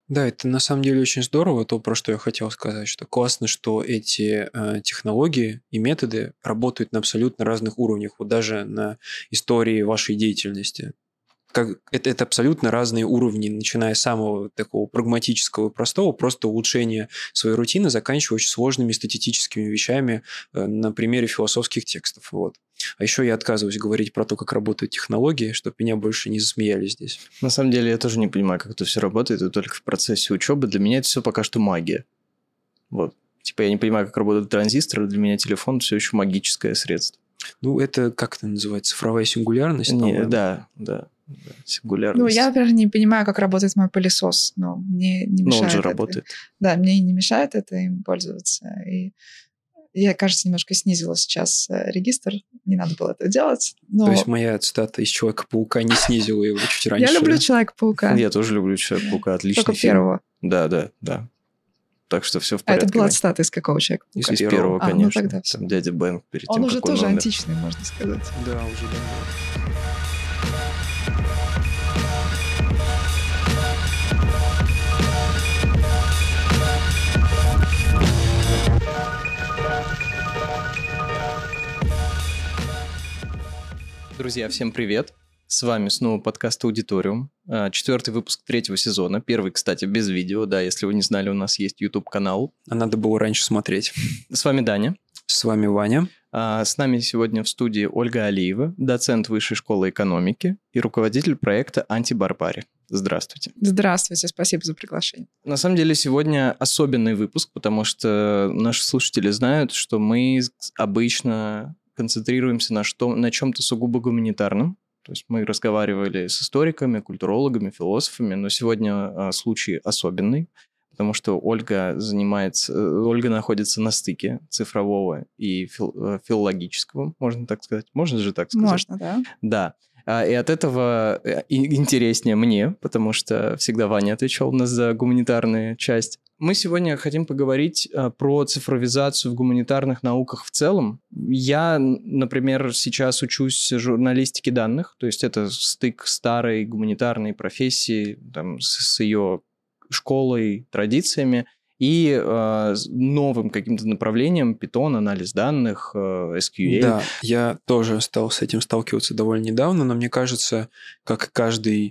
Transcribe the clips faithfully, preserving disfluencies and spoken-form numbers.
Да, это на самом деле очень здорово, то, про что я хотел сказать, что классно, что эти э, технологии и методы работают на абсолютно разных уровнях, вот даже на истории вашей деятельности. Как, это, это абсолютно разные уровни, начиная с самого такого прагматического и простого, просто улучшения своей рутины, заканчивая очень сложными статистическими вещами э, на примере философских текстов. Вот. А еще я отказываюсь говорить про то, как работают технологии, чтобы меня больше не засмеяли здесь. На самом деле я тоже не понимаю, как это все работает, и только в процессе учебы. Для меня это все пока что магия. Вот. Типа я не понимаю, как работают транзисторы, для меня телефон все еще магическое средство. Ну, это как это называется? Цифровая сингулярность? Не, да, да. Да, сингулярность. Ну, я, например, не понимаю, как работает мой пылесос, но мне не мешает. Но он же это. работает. Да, мне не мешает это им пользоваться. И я, кажется, немножко снизила сейчас регистр. Не надо было это делать. Но... То есть моя цитата из Человека-паука не снизила его чуть раньше? Я люблю Человека-паука. Я тоже люблю Человека-паука. Отличный Только фильм. первого. Да, да, да. Так что все в порядке. порядке. А это была цитата из какого Человека-паука? Из первого, конечно. А, ну тогда все. Там дядя Бен перед он тем, уже как он тоже умер. античный, можно сказать. Да, уже давно. Друзья, всем привет! С вами снова подкаст «Аудиториум». Четвертый выпуск третьего сезона. Первый, кстати, без видео. Да, если вы не знали, у нас есть YouTube-канал. А надо было раньше смотреть. С вами Даня. С вами Ваня. С нами сегодня в студии Ольга Алиева, доцент Высшей школы экономики и руководитель проекта «Антибарбари». Здравствуйте. Здравствуйте, спасибо за приглашение. На самом деле сегодня особенный выпуск, потому что наши слушатели знают, что мы обычно концентрируемся на, что, на чем-то сугубо гуманитарном. То есть мы разговаривали с историками, культурологами, философами, но сегодня а, случай особенный, потому что Ольга занимается, Ольга находится на стыке цифрового и фил, филологического, можно так сказать. Можно же так сказать? Можно, да. Да. И от этого интереснее мне, потому что всегда Ваня отвечал у нас за гуманитарную часть. Мы сегодня хотим поговорить про цифровизацию в гуманитарных науках в целом. Я, например, сейчас учусь журналистике данных, то есть это стык старой гуманитарной профессии там, с ее школой, традициями, и э, новым каким-то направлением Python, анализ данных, э, эс кью эль. Да, я тоже стал с этим сталкиваться довольно недавно, но мне кажется, как каждый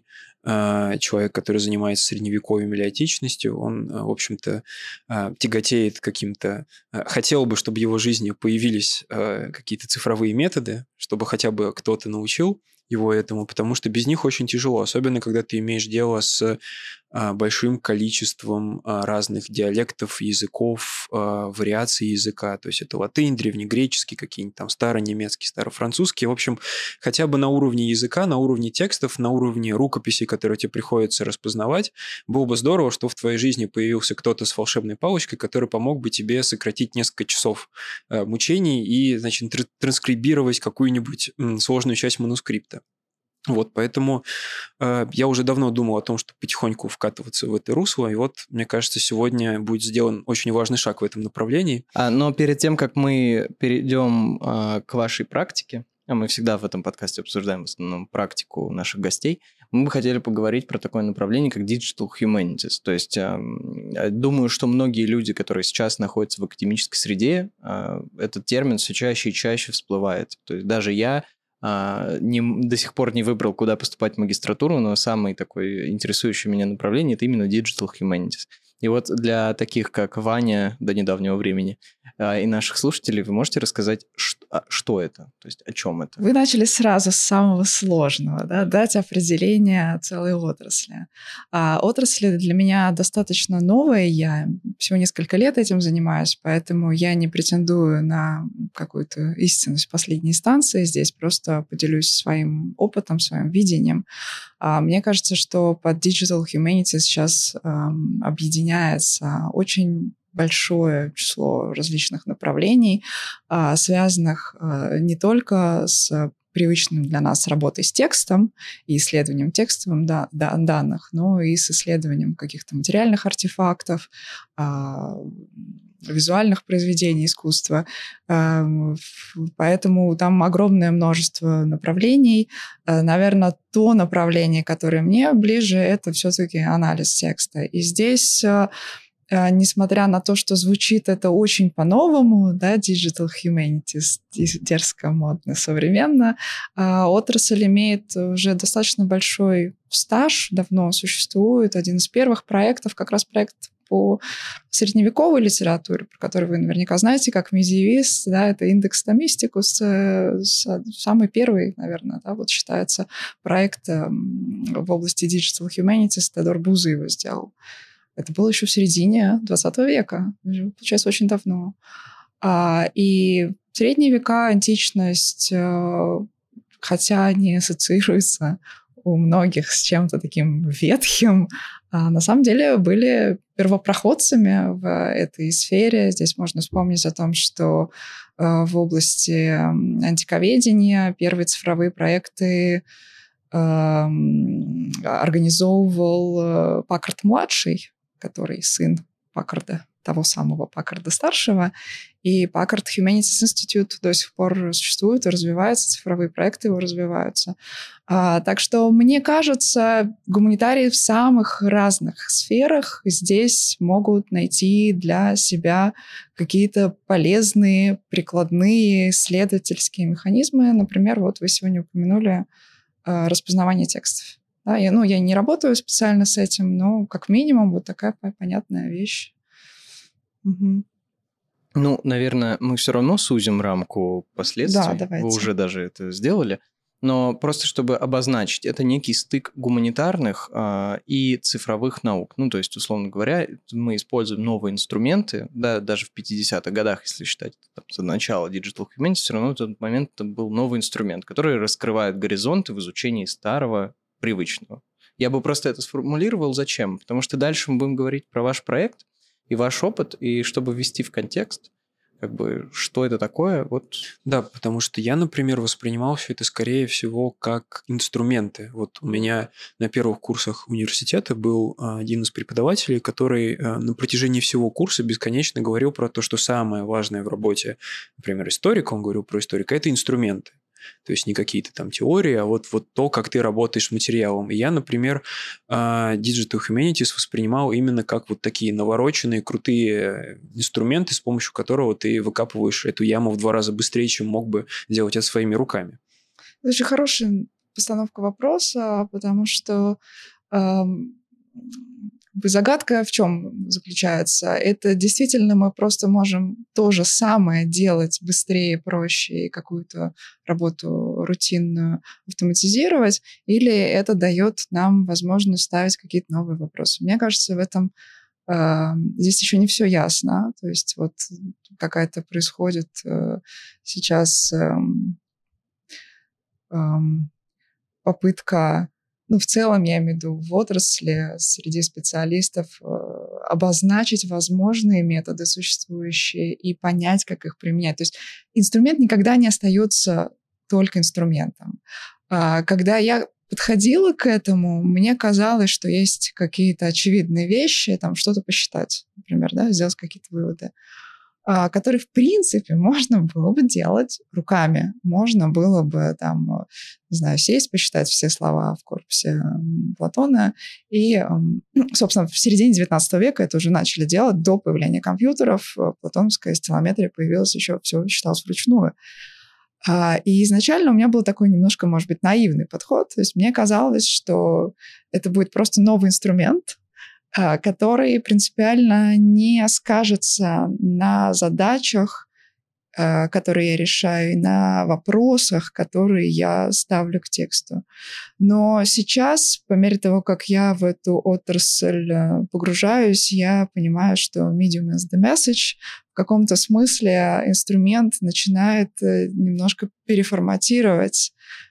э, человек, который занимается средневековьем или античностью, он, э, в общем-то, э, тяготеет каким-то... Э, хотел бы, чтобы в его жизни появились э, какие-то цифровые методы, чтобы хотя бы кто-то научил его этому, потому что без них очень тяжело, особенно когда ты имеешь дело с а, большим количеством а, разных диалектов, языков, а, вариаций языка, то есть это латынь, древнегреческий, какие-нибудь там старонемецкий, старофранцузский, в общем, хотя бы на уровне языка, на уровне текстов, на уровне рукописей, которые тебе приходится распознавать, было бы здорово, что в твоей жизни появился кто-то с волшебной палочкой, который помог бы тебе сократить несколько часов а, мучений и, значит, тр- транскрибировать какую-нибудь м, сложную часть манускрипта. Вот, поэтому э, я уже давно думал о том, чтобы потихоньку вкатываться в это русло, и вот, мне кажется, сегодня будет сделан очень важный шаг в этом направлении. А, но перед тем, как мы перейдем а, к вашей практике, а мы всегда в этом подкасте обсуждаем в основном практику наших гостей, мы бы хотели поговорить про такое направление, как Digital Humanities. То есть, э, думаю, что многие люди, которые сейчас находятся в академической среде, э, этот термин все чаще и чаще всплывает. То есть, даже я Uh, не, до сих пор не выбрал, куда поступать в магистратуру, но самое такое интересующее меня направление – это именно Digital Humanities. И вот для таких, как Ваня до недавнего времени, uh, и наших слушателей, вы можете рассказать, что, что это, то есть о чем это? Вы начали сразу с самого сложного, да, дать определение целой отрасли. А отрасль для меня достаточно новая, я всего несколько лет этим занимаюсь, поэтому я не претендую на какую-то истинность последней инстанции, здесь просто поделюсь своим опытом, своим видением. А мне кажется, что под Digital Humanities сейчас эм, объединяется очень большое число различных направлений, э, связанных э, не только с привычным для нас работой с текстом и исследованием текстовых да, да, данных, но и с исследованием каких-то материальных артефактов, э, визуальных произведений искусства. Поэтому там огромное множество направлений. Наверное, то направление, которое мне ближе, это все-таки анализ текста. И здесь, несмотря на то, что звучит это очень по-новому, да, Digital Humanities, дерзко, модно, современно, отрасль имеет уже достаточно большой стаж, давно существует. Один из первых проектов, как раз проект по средневековой литературе, про который вы наверняка знаете, как медиевист, да, это индекс Томистикус, самый первый, наверное, да, вот считается проект в области Digital Humanities, Теодор Буза его сделал. Это было еще в середине двадцатого века, получается, очень давно. И средние века, античность, хотя они ассоциируются у многих с чем-то таким ветхим, на самом деле были первопроходцами в этой сфере. Здесь можно вспомнить о том, что в области антиковедения первые цифровые проекты организовывал Паккард-младший, который сын Паккарда, того самого Паккарда-старшего. И Packard Humanities Institute до сих пор существует и развивается, цифровые проекты его развиваются. А, так что, мне кажется, гуманитарии в самых разных сферах здесь могут найти для себя какие-то полезные, прикладные исследовательские механизмы. Например, вот вы сегодня упомянули а, распознавание текстов. Да, я, ну, я не работаю специально с этим, но как минимум вот такая понятная вещь. Угу. Ну, наверное, мы все равно сузим рамку последствий. Да, давайте. Вы уже даже это сделали. Но просто чтобы обозначить, это некий стык гуманитарных э, и цифровых наук. Ну, то есть, условно говоря, мы используем новые инструменты, да, даже в пятидесятых годах, если считать там, за начало Digital Humanities, все равно в тот момент это был новый инструмент, который раскрывает горизонты в изучении старого, привычного. Я бы просто это сформулировал. Зачем? Потому что дальше мы будем говорить про ваш проект и ваш опыт, и чтобы ввести в контекст, как бы, что это такое, вот... Да, потому что я, например, воспринимал все это, скорее всего, как инструменты. Вот у меня на первых курсах университета был один из преподавателей, который на протяжении всего курса бесконечно говорил про то, что самое важное в работе, например, историка, он говорил про историка, это инструменты. То есть не какие-то там теории, а вот, вот то, как ты работаешь с материалом. И я, например, Digital Humanities воспринимал именно как вот такие навороченные, крутые инструменты, с помощью которого ты выкапываешь эту яму в два раза быстрее, чем мог бы делать это своими руками. Это очень хорошая постановка вопроса, потому что эм, загадка в чем заключается? Это действительно мы просто можем то же самое делать быстрее, проще и какую-то работу рутинную автоматизировать, или это дает нам возможность ставить какие-то новые вопросы? Мне кажется, в этом э, здесь еще не все ясно. То есть вот какая-то происходит э, сейчас э, э, попытка... Ну, в целом, я имею в виду в отрасли, среди специалистов, э, обозначить возможные методы существующие и понять, как их применять. То есть инструмент никогда не остается только инструментом. А когда я подходила к этому, мне казалось, что есть какие-то очевидные вещи, там что-то посчитать, например, да, сделать какие-то выводы, которые, в принципе, можно было бы делать руками. Можно было бы, там, не знаю, сесть, посчитать все слова в корпусе Платона. И, собственно, в середине девятнадцатого века это уже начали делать до появления компьютеров. Платоновская стилометрия появилась еще, все считалось вручную. И изначально у меня был такой немножко, может быть, наивный подход. То есть мне казалось, что это будет просто новый инструмент, который принципиально не скажется на задачах, которые я решаю, и на вопросах, которые я ставлю к тексту. Но сейчас, по мере того, как я в эту отрасль погружаюсь, я понимаю, что medium is the message. В каком-то смысле инструмент начинает немножко переформатировать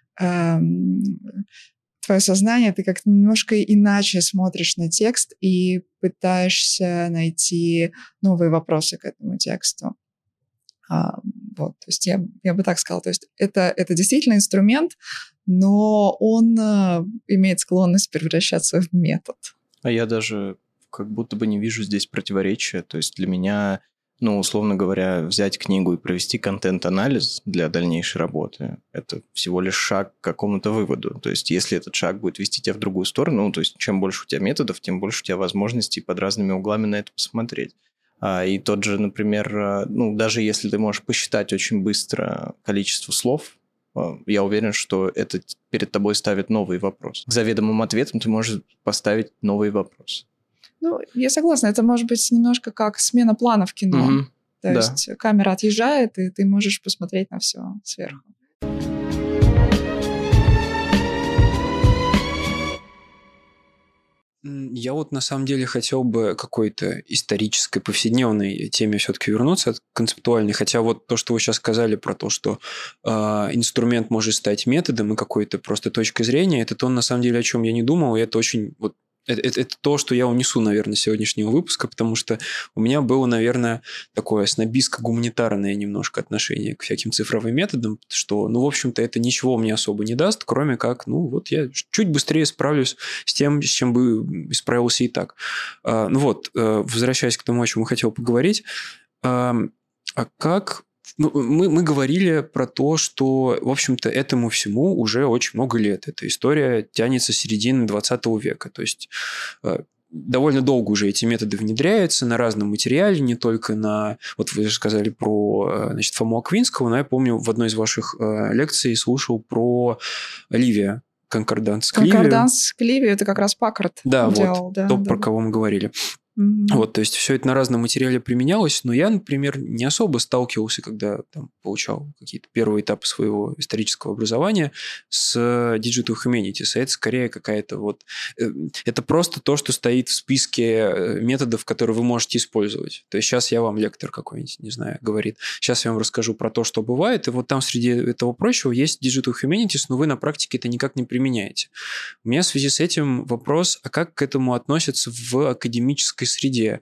твое сознание, ты как-то немножко иначе смотришь на текст и пытаешься найти новые вопросы к этому тексту. А, вот, то есть я, я бы так сказала, то есть это, это действительно инструмент, но он а, имеет склонность превращаться в метод. А я даже как будто бы не вижу здесь противоречия. То есть для меня Ну, условно говоря, взять книгу и провести контент-анализ для дальнейшей работы – это всего лишь шаг к какому-то выводу. То есть, если этот шаг будет вести тебя в другую сторону, ну, то есть, чем больше у тебя методов, тем больше у тебя возможностей под разными углами на это посмотреть. А, и тот же, например, ну, даже если ты можешь посчитать очень быстро количество слов, я уверен, что это перед тобой ставит новый вопрос. К заведомым ответам ты можешь поставить новый вопрос. Ну, я согласна, это может быть немножко как смена плана в кино. Угу. То Да. есть камера отъезжает, и ты можешь посмотреть на все сверху. Я вот на самом деле хотел бы к какой-то исторической, повседневной теме все-таки вернуться, концептуальной. Хотя вот то, что вы сейчас сказали про то, что э, инструмент может стать методом и какой-то просто точкой зрения, это то, на самом деле, о чем я не думал, и это очень... Вот, это, это, это то, что я унесу, наверное, сегодняшнего выпуска, потому что у меня было, наверное, такое снобистско-гуманитарное немножко отношение к всяким цифровым методам, что, ну, в общем-то, это ничего мне особо не даст, кроме как, ну, вот я чуть быстрее справлюсь с тем, с чем бы справился и так. А, ну вот, возвращаясь к тому, о чем я хотел поговорить, а, а как... Ну, мы, мы говорили про то, что, в общем-то, этому всему уже очень много лет. Эта история тянется с середины двадцатого века. То есть довольно долго уже эти методы внедряются на разном материале, не только на... Вот вы же сказали про, значит, Фому Аквинского, но я помню, в одной из ваших лекций слушал про Ливия. Конкорданс к Ливию. Конкорданс к Ливию – это как раз Паккарт да, делал. Вот, да, то, да, про да. кого мы говорили. Mm-hmm. Вот, то есть, все это на разном материале применялось, но я, например, не особо сталкивался, когда там, получал какие-то первые этапы своего исторического образования с Digital Humanities. А это скорее какая-то вот... Это просто то, что стоит в списке методов, которые вы можете использовать. То есть, сейчас я вам лектор какой-нибудь, не знаю, говорит. Сейчас я вам расскажу про то, что бывает, и вот там среди этого прочего есть Digital Humanities, но вы на практике это никак не применяете. У меня в связи с этим вопрос, а как к этому относятся в академической среде.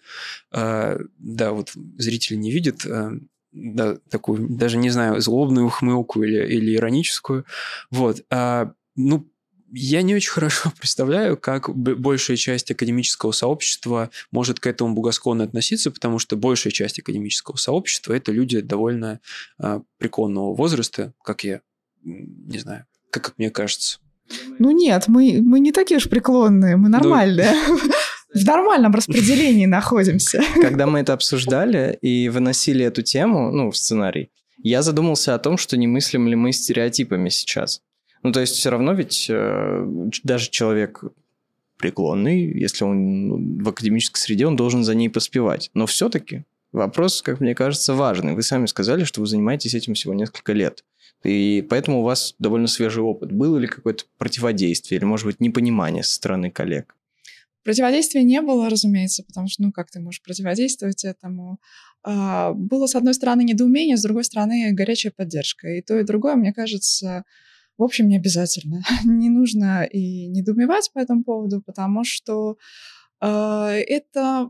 А, да, вот зрители не видят, а, да, такую, даже не знаю, злобную ухмылку или, или ироническую. Вот. А, ну, я не очень хорошо представляю, как большая часть академического сообщества может к этому благосклонно относиться, потому что большая часть академического сообщества – это люди довольно а, преклонного возраста, как я, не знаю, как, как мне кажется. Ну нет, мы, мы не такие уж преклонные, мы нормальные. Ну... В нормальном распределении находимся. Когда мы это обсуждали и выносили эту тему, ну, в сценарий, я задумался о том, что не мыслим ли мы стереотипами сейчас. Ну, то есть все равно ведь э, даже человек преклонный, если он в академической среде, он должен за ней поспевать. Но все-таки вопрос, как мне кажется, важный. Вы сами сказали, что вы занимаетесь этим всего несколько лет. И поэтому у вас довольно свежий опыт. Было ли какое-то противодействие или, может быть, непонимание со стороны коллег? Противодействия не было, разумеется, потому что, ну, как ты можешь противодействовать этому? А, было, с одной стороны, недоумение, с другой стороны, горячая поддержка. И то, и другое, мне кажется, в общем, не обязательно. Не нужно и недоумевать по этому поводу, потому что а, это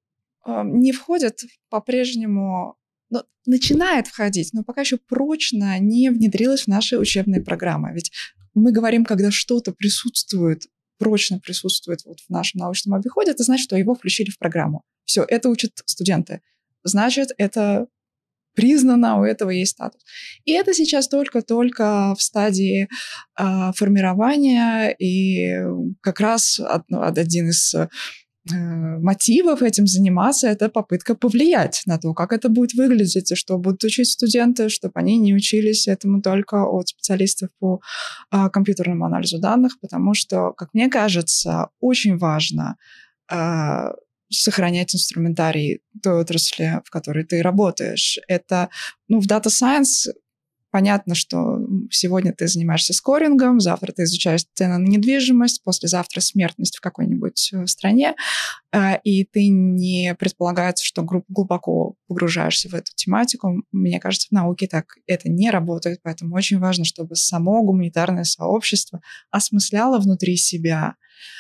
а, не входит по-прежнему... Но начинает входить, но пока еще прочно не внедрилось в наши учебные программы. Ведь мы говорим, когда что-то присутствует, прочно присутствует вот в нашем научном обиходе, это значит, что его включили в программу. Все, это учат студенты. Значит, это признано, у этого есть статус. И это сейчас только-только в стадии э, формирования, и как раз один из э, мотивов этим заниматься – это попытка повлиять на то, как это будет выглядеть, и что будут учить студенты, чтобы они не учились этому только от специалистов по а, компьютерному анализу данных, потому что, как мне кажется, очень важно а, сохранять инструментарий той отрасли, в которой ты работаешь. Это, ну, в Data Science понятно, что сегодня ты занимаешься скорингом, завтра ты изучаешь цены на недвижимость, послезавтра смертность в какой-нибудь стране, и ты не предполагается, что глубоко погружаешься в эту тематику. Мне кажется, в науке так это не работает, поэтому очень важно, чтобы само гуманитарное сообщество осмысляло внутри себя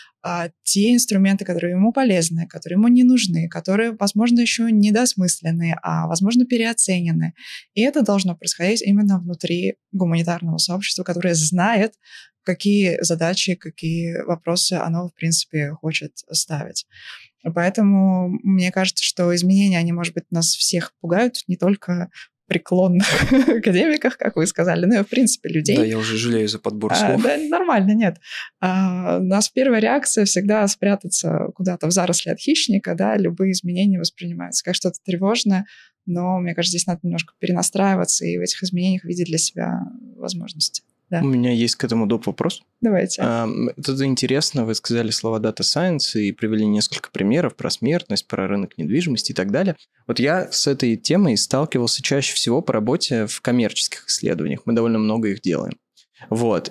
те инструменты, которые ему полезны, которые ему не нужны, которые, возможно, еще недосмысленны, а, возможно, переоценены. И это должно происходить именно внутри гуманитарного сообщества, которое знает, какие задачи, какие вопросы оно, в принципе, хочет ставить. Поэтому мне кажется, что изменения, они, может быть, нас всех пугают, не только преклонных академиках, как вы сказали, ну и, в принципе, людей. Да, я уже жалею за подбор А, слов. да, нормально, нет. А, у нас первая реакция всегда спрятаться куда-то в заросли от хищника, да, любые изменения воспринимаются как что-то тревожное, но, мне кажется, здесь надо немножко перенастраиваться и в этих изменениях видеть для себя возможности. Да. У меня есть к этому доп. Вопрос. Давайте. А, это интересно, вы сказали слова Data Science и привели несколько примеров про смертность, про рынок недвижимости и так далее. Вот я с этой темой сталкивался чаще всего по работе в коммерческих исследованиях. Мы довольно много их делаем. Вот.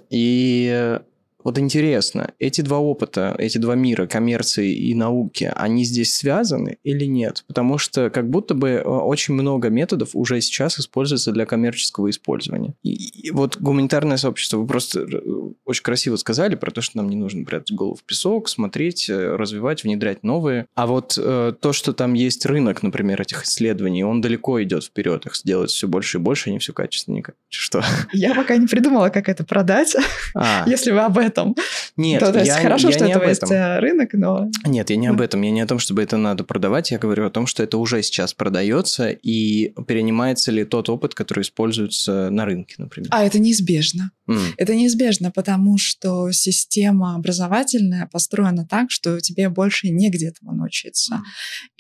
И вот интересно, эти два опыта, эти два мира, коммерции и науки, они здесь связаны или нет? Потому что как будто бы очень много методов уже сейчас используется для коммерческого использования. И, и вот гуманитарное сообщество, вы просто очень красиво сказали про то, что нам не нужно прятать голову в песок, смотреть, развивать, внедрять новые. А вот э, то, что там есть рынок, например, этих исследований, он далеко идет вперед, их сделать все больше и больше, они все качественнее. Что? Я пока не придумала, как это продать, а. если вы об этом. Нет, то, то есть я, хорошо, я что не этого об есть этом. рынок, но... Нет, я не об этом. Я не о том, чтобы это надо продавать. Я говорю о том, что это уже сейчас продается, и перенимается ли тот опыт, который используется на рынке, например. А, это неизбежно. Mm. Это неизбежно, потому что система образовательная построена так, что тебе больше негде этому научиться. Mm.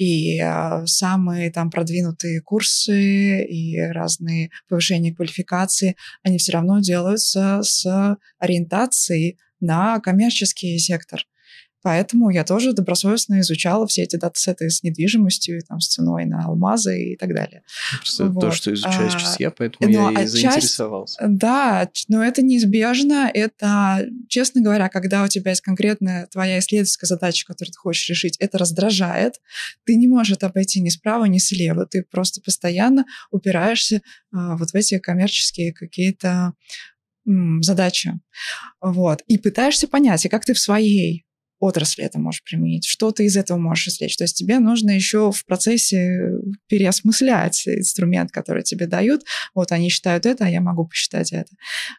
И а, самые там продвинутые курсы и разные повышения квалификации, они все равно делаются с ориентацией на коммерческий сектор. Поэтому я тоже добросовестно изучала все эти датасеты с недвижимостью, там, с ценой на алмазы и так далее. Просто вот. То, что изучаю сейчас я, поэтому но я и отчасти, заинтересовался. Да, но это неизбежно. Это, честно говоря, когда у тебя есть конкретная твоя исследовательская задача, которую ты хочешь решить, это раздражает. Ты не можешь это обойти ни справа, ни слева. Ты просто постоянно упираешься а, вот в эти коммерческие какие-то м, задачи. Вот. И пытаешься понять, и как ты в своей отрасли это можешь применить, что ты из этого можешь извлечь. То есть тебе нужно еще в процессе переосмыслять инструмент, который тебе дают. Вот они считают это, а я могу посчитать это.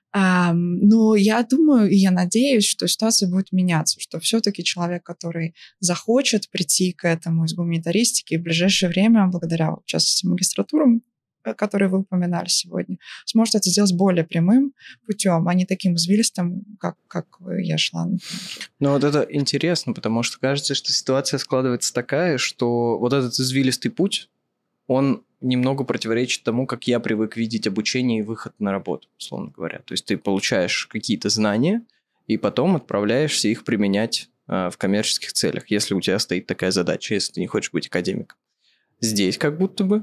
А, но я думаю и я надеюсь, что ситуация будет меняться, что все-таки человек, который захочет прийти к этому из гуманитаристики в ближайшее время, благодаря, в частности, магистратурам, которые вы упоминали сегодня, сможет это сделать более прямым путем, а не таким извилистым, как, как я шла. Ну вот это интересно, потому что кажется, что ситуация складывается такая, что вот этот извилистый путь, он немного противоречит тому, как я привык видеть обучение и выход на работу, условно говоря. То есть ты получаешь какие-то знания и потом отправляешься их применять э, в коммерческих целях, если у тебя стоит такая задача, если ты не хочешь быть академиком. Здесь как будто бы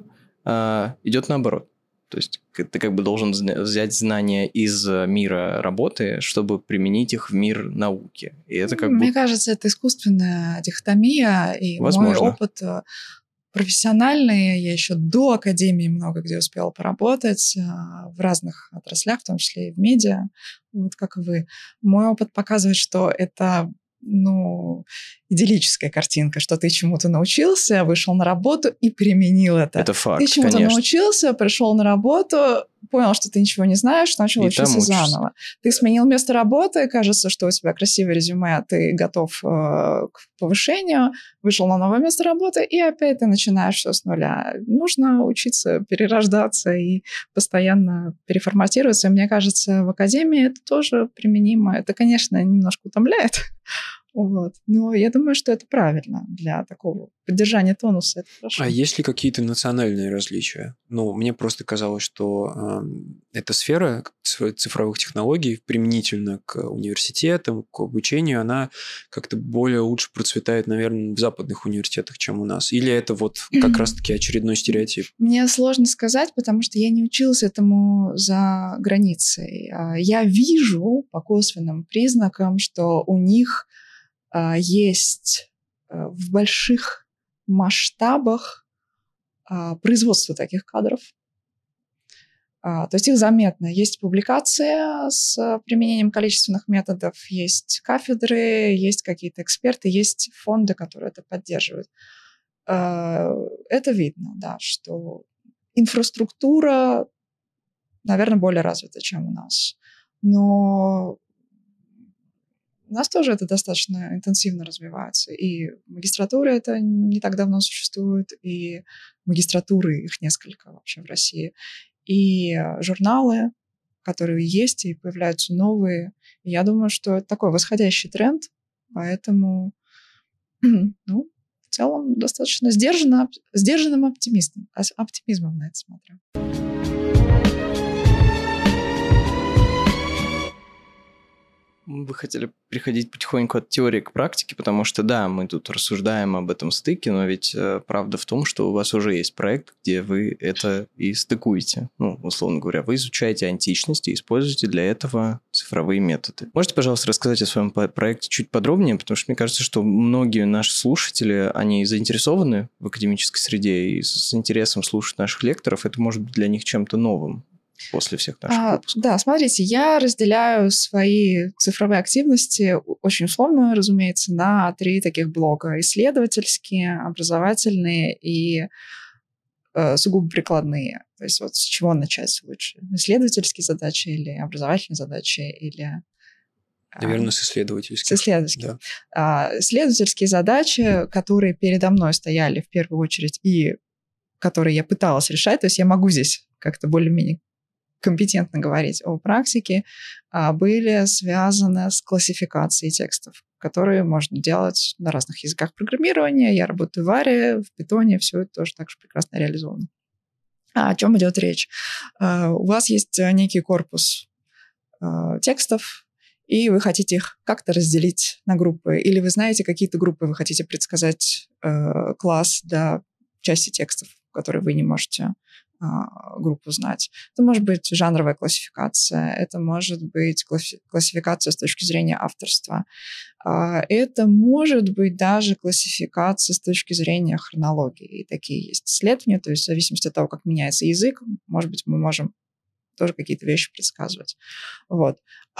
идет наоборот. То есть ты как бы должен взять знания из мира работы, чтобы применить их в мир науки. И это как Мне бы... кажется, это искусственная дихотомия. И Возможно. Мой опыт профессиональный, я еще до академии много где успела поработать в разных отраслях, в том числе и в медиа, вот как и вы. Мой опыт показывает, что это... ну, идиллическая картинка, что ты чему-то научился, вышел на работу и применил это. Это факт, Ты чему-то конечно. научился, пришел на работу, понял, что ты ничего не знаешь, начал и учиться заново. Ты сменил место работы, кажется, что у тебя красивое резюме, ты готов э, к повышению, вышел на новое место работы, и опять ты начинаешь все с нуля. Нужно учиться перерождаться и постоянно переформатироваться. И мне кажется, в академии это тоже применимо. Это, конечно, немножко утомляет. Вот. Но я думаю, что это правильно для такого поддержания тонуса. Это хорошо. А есть ли какие-то национальные различия? Ну, мне просто казалось, что э, эта сфера цифровых технологий применительно к университетам, к обучению, она как-то более лучше процветает, наверное, в западных университетах, чем у нас. Или это вот как раз-таки очередной стереотип? Мне сложно сказать, потому что я не училась этому за границей. Я вижу по косвенным признакам, что у них есть в больших масштабах производство таких кадров. То есть их заметно. Есть публикация с применением количественных методов, есть кафедры, есть какие-то эксперты, есть фонды, которые это поддерживают. Это видно, да, что инфраструктура, наверное, более развита, чем у нас. Но нас тоже это достаточно интенсивно развивается. И магистратура это не так давно существует, и магистратуры их несколько вообще в России. И журналы, которые есть, и появляются новые. И я думаю, что это такой восходящий тренд, поэтому, ну, в целом достаточно сдержанно, сдержанным оптимизмом, оптимизмом на это смотрю. Мы бы хотели переходить потихоньку от теории к практике, потому что, да, мы тут рассуждаем об этом стыке, но ведь э, правда в том, что у вас уже есть проект, где вы это и стыкуете. Ну, условно говоря, вы изучаете античность и используете для этого цифровые методы. Можете, пожалуйста, рассказать о своем проекте чуть подробнее, потому что мне кажется, что многие наши слушатели, они заинтересованы в академической среде и с интересом слушают наших лекторов. Это может быть для них чем-то новым после всех наших а, выпусков. Да, смотрите, я разделяю свои цифровые активности, очень условно, разумеется, на три таких блока. Исследовательские, образовательные и э, сугубо прикладные. То есть вот с чего начать лучше? Исследовательские задачи или образовательные задачи, или... Наверное, с исследовательских. С исследовательских. Да. А, исследовательские задачи, которые передо мной стояли в первую очередь и которые я пыталась решать, то есть я могу здесь как-то более-менее компетентно говорить о практике, были связаны с классификацией текстов, которые можно делать на разных языках программирования. Я работаю в Аре, в Питоне, все это тоже так же прекрасно реализовано. А о чем идет речь? У вас есть некий корпус текстов, и вы хотите их как-то разделить на группы, или вы знаете какие-то группы, вы хотите предсказать класс для части текстов, которые вы не можете группу знать. Это может быть жанровая классификация, это может быть классификация с точки зрения авторства, это может быть даже классификация с точки зрения хронологии. И такие есть исследования, то есть в зависимости от того, как меняется язык, может быть, мы можем тоже какие-то вещи предсказывать. Вот.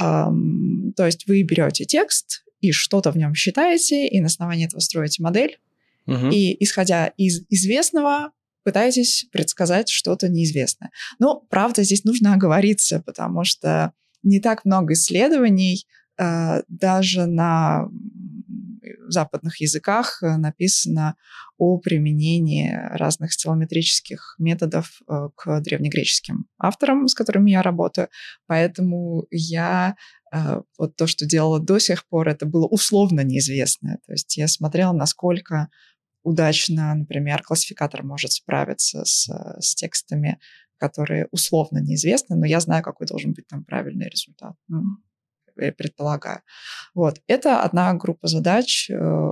То есть вы берете текст и что-то в нем считаете, и на основании этого строите модель, угу. И исходя из известного пытаетесь предсказать что-то неизвестное. Но, правда, здесь нужно оговориться, потому что не так много исследований э, даже на западных языках написано о применении разных стилометрических методов э, к древнегреческим авторам, с которыми я работаю. Поэтому я э, вот то, что делала до сих пор, это было условно неизвестное. То есть я смотрела, насколько удачно, например, классификатор может справиться с, с текстами, которые условно неизвестны, но я знаю, какой должен быть там правильный результат. Ну, я предполагаю. Вот. Это одна группа задач,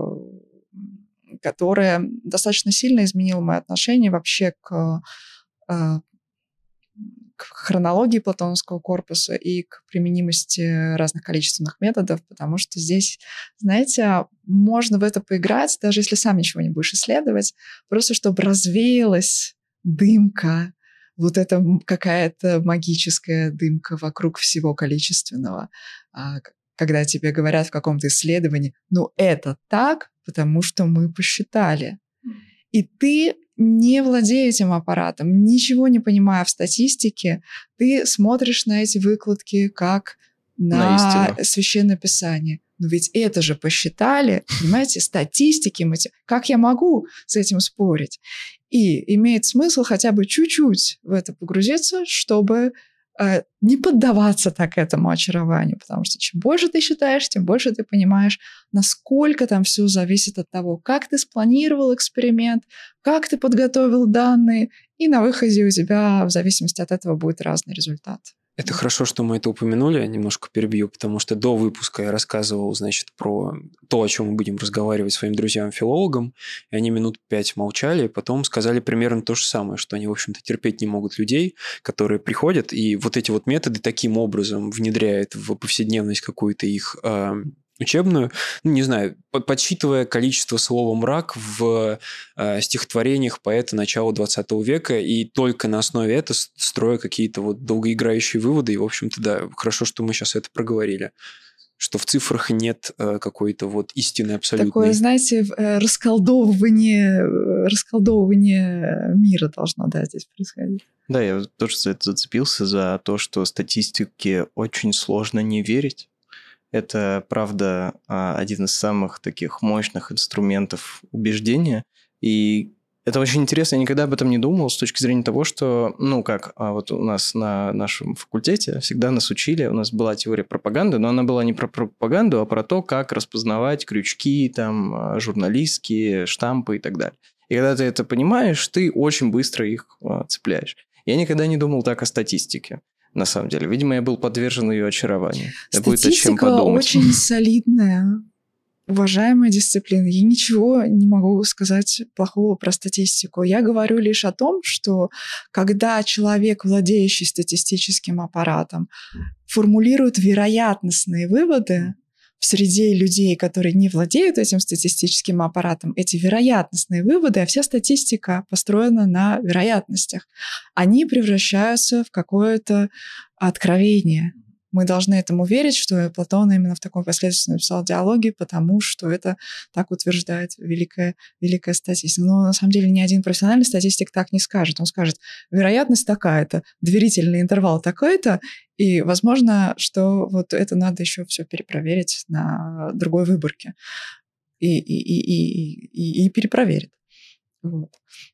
которая достаточно сильно изменила мои отношения вообще к, к хронологии платоновского корпуса и к применимости разных количественных методов, потому что здесь, знаете, можно в это поиграть, даже если сам ничего не будешь исследовать, просто чтобы развеялась дымка, вот эта какая-то магическая дымка вокруг всего количественного. Когда тебе говорят в каком-то исследовании, ну это так, потому что мы посчитали. И ты, не владея этим аппаратом, ничего не понимая в статистике, ты смотришь на эти выкладки как на, на Священное Писание. Но ведь это же посчитали, понимаете, статистики. Как я могу с этим спорить? И имеет смысл хотя бы чуть-чуть в это погрузиться, чтобы э, не поддаваться так этому очарованию. Потому что чем больше ты считаешь, тем больше ты понимаешь, насколько там все зависит от того, как ты спланировал эксперимент, как ты подготовил данные, и на выходе у тебя в зависимости от этого будет разный результат. Это хорошо, что мы это упомянули, я немножко перебью, потому что до выпуска я рассказывал, значит, про то, о чем мы будем разговаривать своим друзьям-филологам, и они минут пять молчали, и потом сказали примерно то же самое, что они, в общем-то, терпеть не могут людей, которые приходят, и вот эти вот методы таким образом внедряют в повседневность какую-то их э, учебную, ну, не знаю, подсчитывая количество слова «мрак» в э, стихотворениях поэта начала двадцатого века, и только на основе этого строя какие-то вот долгоиграющие выводы, и, в общем-то, да, хорошо, что мы сейчас это проговорили, что в цифрах нет э, какой-то вот истины абсолютной. Такое, знаете, расколдовывание, расколдовывание мира должно, да, здесь происходить. Да, я тоже за это зацепился, за то, что статистике очень сложно не верить. Это, правда, один из самых таких мощных инструментов убеждения. И это очень интересно. Я никогда об этом не думал с точки зрения того, что, ну, как вот у нас на нашем факультете всегда нас учили, у нас была теория пропаганды, но она была не про пропаганду, а про то, как распознавать крючки, там, журналистские, штампы и так далее. И когда ты это понимаешь, ты очень быстро их цепляешь. Я никогда не думал так о статистике. На самом деле. Видимо, я был подвержен ее очарованию. Статистика очень солидная, уважаемая дисциплина. Я ничего не могу сказать плохого про статистику. Я говорю лишь о том, что когда человек, владеющий статистическим аппаратом, формулирует вероятностные выводы в среде людей, которые не владеют этим статистическим аппаратом, эти вероятностные выводы, а вся статистика построена на вероятностях, они превращаются в какое-то откровение. Мы должны этому верить, что Платон именно в такой последовательности написал диалоги, потому что это так утверждает великая, великая статистика. Но на самом деле ни один профессиональный статистик так не скажет. Он скажет, вероятность такая-то, доверительный интервал такой-то, и возможно, что вот это надо еще все перепроверить на другой выборке. И, и, и, и, и, и перепроверит. Вот.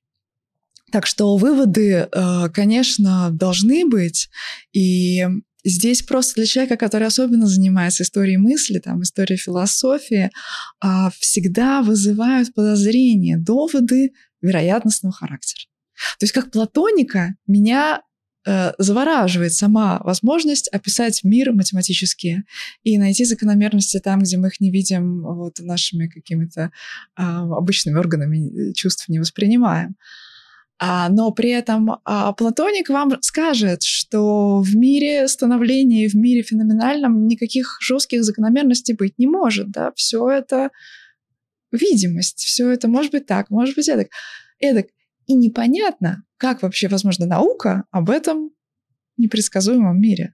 Так что выводы, конечно, должны быть, и здесь просто для человека, который особенно занимается историей мысли, там, историей философии, всегда вызывают подозрения, доводы вероятностного характера. То есть как платоника меня завораживает сама возможность описать мир математически и найти закономерности там, где мы их не видим вот, нашими какими-то обычными органами чувств не воспринимаем. А, но при этом а, платоник вам скажет, что в мире становления, в мире феноменальном никаких жестких закономерностей быть не может. Да? Все это видимость, все это может быть так, может быть эдак. эдак. И непонятно, как вообще возможна наука об этом непредсказуемом мире.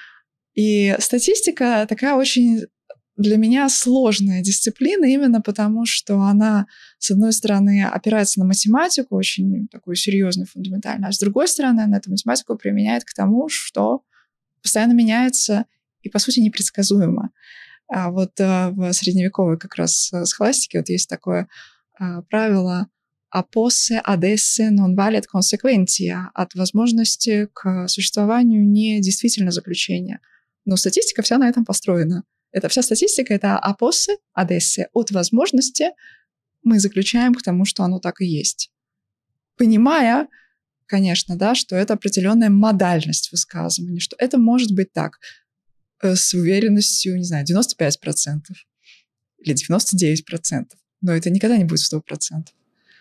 И статистика такая очень для меня сложная дисциплина именно потому, что она, с одной стороны, опирается на математику, очень такую серьезную, фундаментальную, а с другой стороны, она эту математику применяет к тому, что постоянно меняется и, по сути, непредсказуемо. А вот а, в средневековой как раз схоластике вот есть такое а, правило «a posse ad esse non valet consequentia» от возможности к существованию не действительно заключения. Но статистика вся на этом построена. Это вся статистика, это «a posse ad esse» от возможности мы заключаем к тому, что оно так и есть. Понимая, конечно, да, что это определенная модальность высказывания, что это может быть так с уверенностью, не знаю, девяносто пять процентов или девяносто девять процентов, но это никогда не будет сто процентов.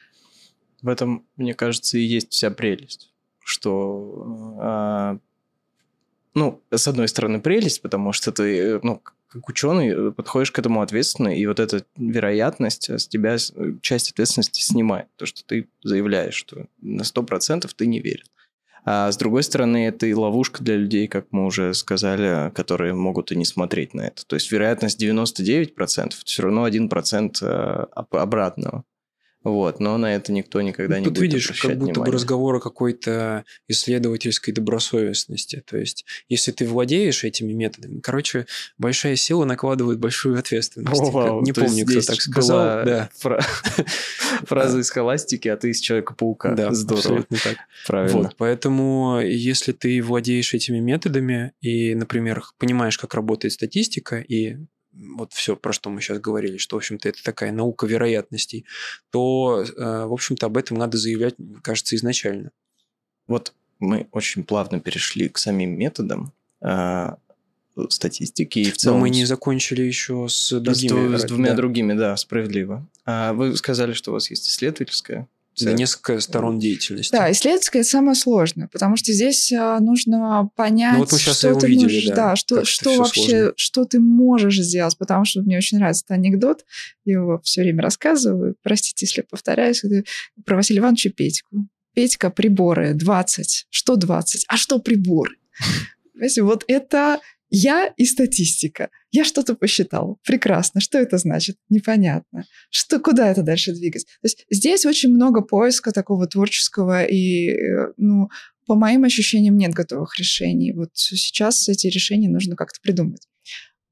В этом, мне кажется, и есть вся прелесть, что, а, ну, с одной стороны, прелесть, потому что ты, ну, как ученый подходишь к этому ответственно, и вот эта вероятность с тебя часть ответственности снимает. То, что ты заявляешь, что на сто процентов ты не верен. А с другой стороны, это и ловушка для людей, как мы уже сказали, которые могут и не смотреть на это. То есть вероятность девяносто девять процентов, это все равно один процент обратного. Вот, но на это никто никогда ну, не тут будет видишь, обращать как будто внимания. бы разговор о какой-то исследовательской добросовестности. То есть, если ты владеешь этими методами, короче, большая сила накладывает большую ответственность. О, вау, не помню, кто так сказал. Да. Фра... Фраза из «Схоластики», а ты из «Человека-паука». Да, здорово. Абсолютно так. Правильно. Вот, поэтому, если ты владеешь этими методами и, например, понимаешь, как работает статистика, и вот все, про что мы сейчас говорили, что, в общем-то, это такая наука вероятностей, то, в общем-то, об этом надо заявлять, кажется, изначально. Вот мы очень плавно перешли к самим методам э, статистики. И в целом... Но мы не закончили еще с другими. С, с двумя да. другими, да, справедливо. А вы сказали, что у вас есть исследовательская... Да, несколько сторон деятельности. Да, исследовательская – это самое сложное, потому что здесь а, нужно понять, ну, вот мы сейчас что ты увидели, можешь, да, да, что, что вообще, сложно. Что ты можешь сделать, потому что мне очень нравится этот анекдот, я его все время рассказываю, простите, если я повторяюсь, про Василия Ивановича Петьку. Петька, приборы, двадцать. Что двадцать? А что приборы? Понимаете, вот это... Я и статистика. Я что-то посчитал. Прекрасно. Что это значит? Непонятно. Что, куда это дальше двигать? То есть здесь очень много поиска такого творческого, и, ну, по моим ощущениям, нет готовых решений. Вот сейчас эти решения нужно как-то придумать.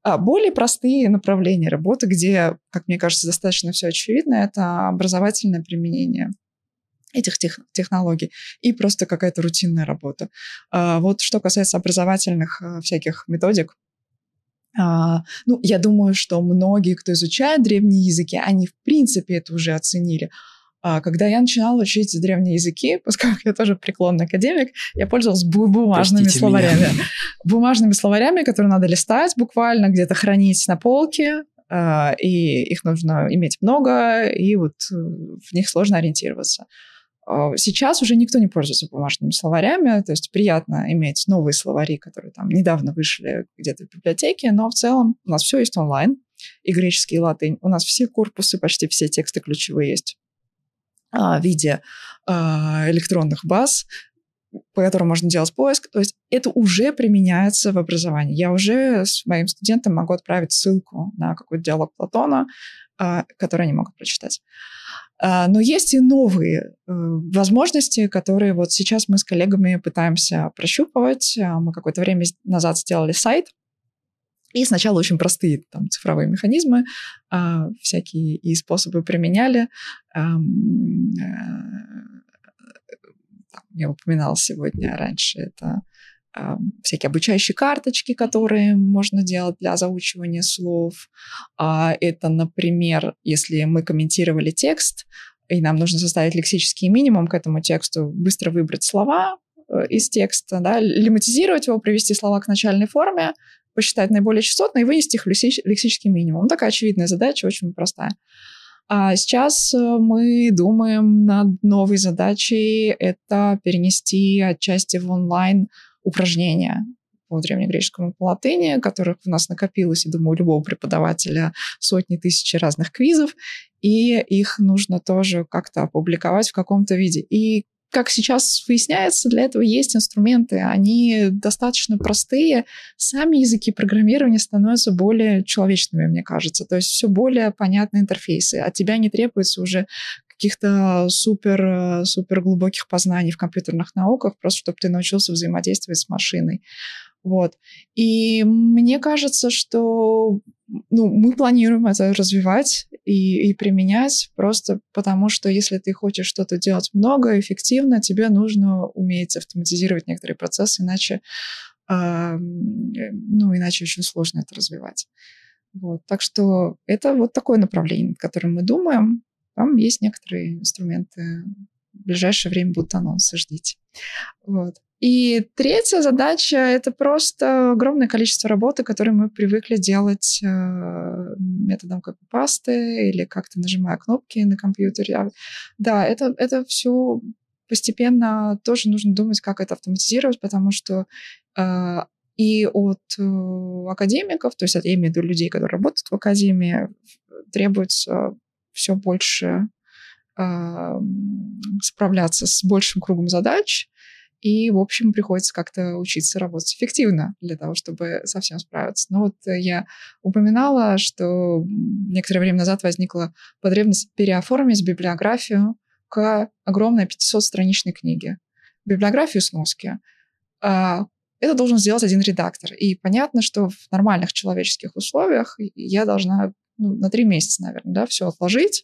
А более простые направления работы, где, как мне кажется, достаточно все очевидно, это образовательное применение этих тех, технологий и просто какая-то рутинная работа. А вот что касается образовательных а, всяких методик, а, ну, я думаю, что многие, кто изучает древние языки, они в принципе это уже оценили. А когда я начинала учить древние языки, поскольку я тоже преклонный академик, я пользовалась бу- бумажными Простите словарями. меня. Бумажными словарями, которые надо листать буквально, где-то хранить на полке, а, и их нужно иметь много, и вот в них сложно ориентироваться. Сейчас уже никто не пользуется бумажными словарями, то есть приятно иметь новые словари, которые там недавно вышли где-то в библиотеке, но в целом у нас все есть онлайн, и греческий, и латынь. У нас все корпусы, почти все тексты ключевые есть в виде электронных баз, по которым можно делать поиск. То есть это уже применяется в образовании. Я уже с моим студентам могу отправить ссылку на какой-то диалог Платона, который они могут прочитать. Но есть и новые возможности, которые вот сейчас мы с коллегами пытаемся прощупывать. Мы какое-то время назад сделали сайт, и сначала очень простые там, цифровые механизмы, всякие и способы применяли. Я упоминала сегодня раньше, это э, всякие обучающие карточки, которые можно делать для заучивания слов. А это, например, если мы комментировали текст, и нам нужно составить лексический минимум к этому тексту, быстро выбрать слова э, из текста, да, лемматизировать его, привести слова к начальной форме, посчитать наиболее частотные и вынести их в лексич- лексический минимум. Ну, такая очевидная задача, очень простая. А сейчас мы думаем над новой задачей, это перенести отчасти в онлайн упражнения по древнегреческому, по латыни, которых у нас накопилось, я думаю, у любого преподавателя сотни тысяч разных квизов, и их нужно тоже как-то опубликовать в каком-то виде. И как сейчас выясняется, для этого есть инструменты, они достаточно простые. Сами языки программирования становятся более человечными, мне кажется. То есть все более понятные интерфейсы. От тебя не требуется уже каких-то супер, супер глубоких познаний в компьютерных науках, просто чтобы ты научился взаимодействовать с машиной. Вот. И мне кажется, что ну, мы планируем это развивать и, и применять просто потому, что если ты хочешь что-то делать много, эффективно, тебе нужно уметь автоматизировать некоторые процессы, иначе, э, ну, иначе очень сложно это развивать. Вот. Так что это вот такое направление, над которым мы думаем. Там есть некоторые инструменты. В ближайшее время будут анонсы, ждите. Вот. И третья задача – это просто огромное количество работы, которую мы привыкли делать э, методом копипасты или как-то нажимая кнопки на компьютере. Да, это, это все постепенно тоже нужно думать, как это автоматизировать, потому что э, и от э, академиков, то есть я имею в виду людей, которые работают в академии, требуется все больше э, справляться с большим кругом задач. И, в общем, приходится как-то учиться работать эффективно для того, чтобы совсем справиться. Но вот я упоминала, что некоторое время назад возникла потребность переоформить библиографию к огромной пятисотстраничной книге. Библиографию сноски. Это должен сделать один редактор. И понятно, что в нормальных человеческих условиях я должна ну, на три месяца, наверное, да, все отложить.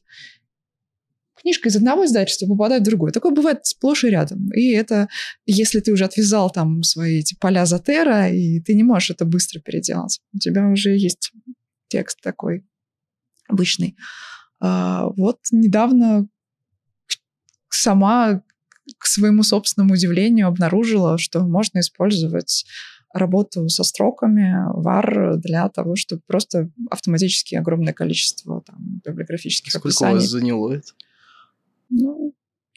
Книжка из одного издательства попадает в другое. Такое бывает сплошь и рядом. И это, если ты уже отвязал там свои эти поля Зотера, и ты не можешь это быстро переделать. У тебя уже есть текст такой обычный. А вот недавно сама к своему собственному удивлению обнаружила, что можно использовать работу со строками в ар для того, чтобы просто автоматически огромное количество там, библиографических Сколько описаний. у вас заняло это? Ну,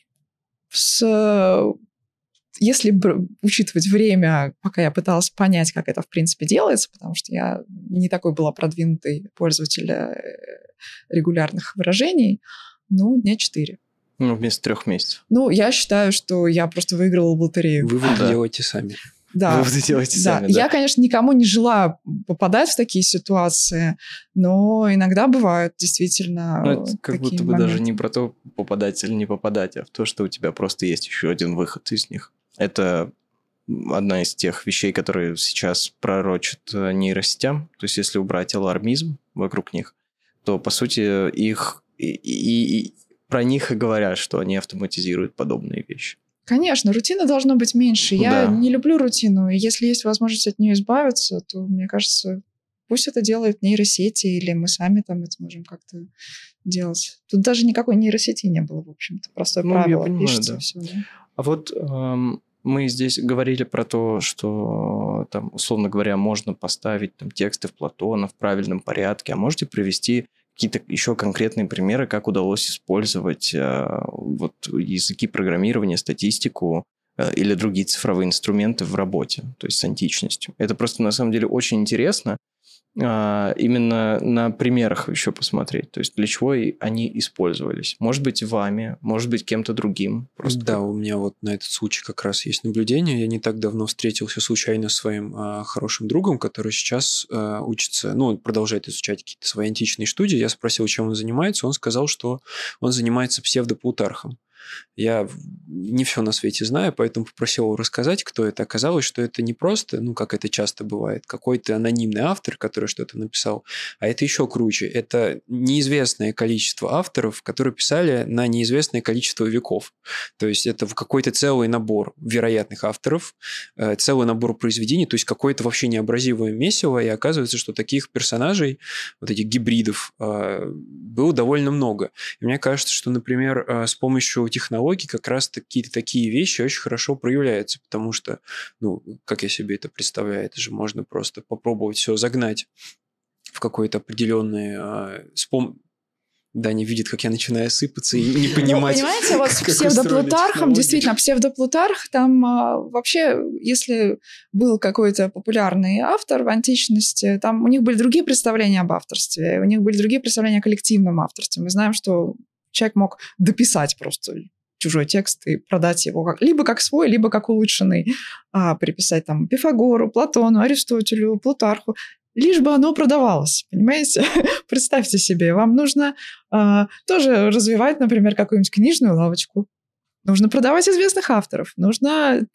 с, если учитывать время, пока я пыталась понять, как это в принципе делается, потому что я не такой была продвинутый пользователь регулярных выражений, ну, дня четыре. Ну, вместо трех месяцев. Ну, я считаю, что я просто выиграла в лотерею. Выводы Да. делайте сами. Да, Выводы делайте да. сами, да. Я, конечно, никому не желаю попадать в такие ситуации, но иногда бывают действительно Ну, это как такие будто бы моменты. даже не про то, попадать или не попадать, а в то, что у тебя просто есть еще один выход из них. Это одна из тех вещей, которые сейчас пророчат нейросетям. То есть если убрать алармизм вокруг них, то, по сути, их и, и, и про них и говорят, что они автоматизируют подобные вещи. Конечно, рутины должно быть меньше. Я Да. не люблю рутину, и если есть возможность от нее избавиться, то, мне кажется, пусть это делают нейросети, или мы сами там это можем как-то делать. Тут даже никакой нейросети не было, в общем-то. Простое Ну, правило я понимаю, пишется, да. и все, да. А вот эм, мы здесь говорили про то, что, там, условно говоря, можно поставить там, тексты в Платона в правильном порядке. А можете привести какие-то еще конкретные примеры, как удалось использовать э, вот, языки программирования, статистику э, или другие цифровые инструменты в работе, то есть с античностью? Это просто на самом деле очень интересно. А, именно на примерах еще посмотреть. То есть для чего и они использовались. Может быть, вами, может быть, кем-то другим. Просто Да, как- у меня вот на этот случай как раз есть наблюдение. Я не так давно встретился случайно с своим а, хорошим другом, который сейчас а, учится, ну, продолжает изучать какие-то свои античные студии. Я спросил, чем он занимается. Он сказал, что он занимается псевдоплутархом. Я не все на свете знаю, поэтому попросил его рассказать, кто это. Оказалось, что это не просто, ну, как это часто бывает, какой-то анонимный автор, который что-то написал, а это еще круче. Это неизвестное количество авторов, которые писали на неизвестное количество веков. То есть это какой-то целый набор вероятных авторов, целый набор произведений, то есть какое-то вообще необразимое месиво, и оказывается, что таких персонажей, вот этих гибридов, было довольно много. И мне кажется, что, например, с помощью технологий как раз какие-то такие вещи очень хорошо проявляются, потому что, ну, как я себе это представляю, это же можно просто попробовать все загнать в какой-то определенный... А, спом... Даня видит, как я начинаю сыпаться и не понимать. Ну, понимаете, вот с псевдоплутархом, действительно, псевдоплутарх, там а, вообще, если был какой-то популярный автор в античности, там у них были другие представления об авторстве, у них были другие представления о коллективном авторстве. Мы знаем, что человек мог дописать просто чужой текст и продать его как, либо как свой, либо как улучшенный, а, приписать там Пифагору, Платону, Аристотелю, Плутарху, лишь бы оно продавалось, понимаете? Представьте себе, вам нужно а, тоже развивать, например, какую-нибудь книжную лавочку, нужно продавать известных авторов, нужно,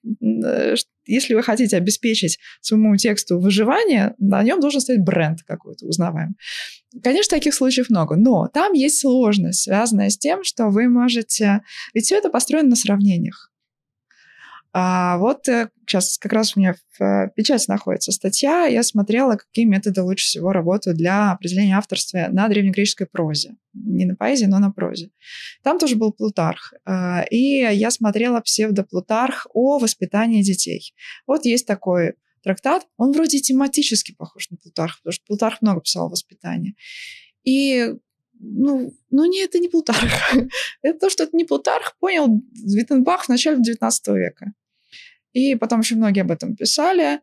если вы хотите обеспечить своему тексту выживание, на нем должен стоять бренд какой-то узнаваемый. Конечно, таких случаев много, но там есть сложность, связанная с тем, что вы можете... Ведь все это построено на сравнениях. А вот сейчас как раз у меня в печати находится статья, я смотрела, какие методы лучше всего работают для определения авторства на древнегреческой прозе. Не на поэзии, но на прозе. Там тоже был Плутарх. И я смотрела псевдоплутарх о воспитании детей. Вот есть такой трактат, он вроде тематически похож на Плутарха, потому что Плутарх много писал о воспитании. И Ну, ну не, это не Плутарх. Это то, что это не Плутарх, понял Виттенбах в начале девятнадцатого века. И потом еще многие об этом писали.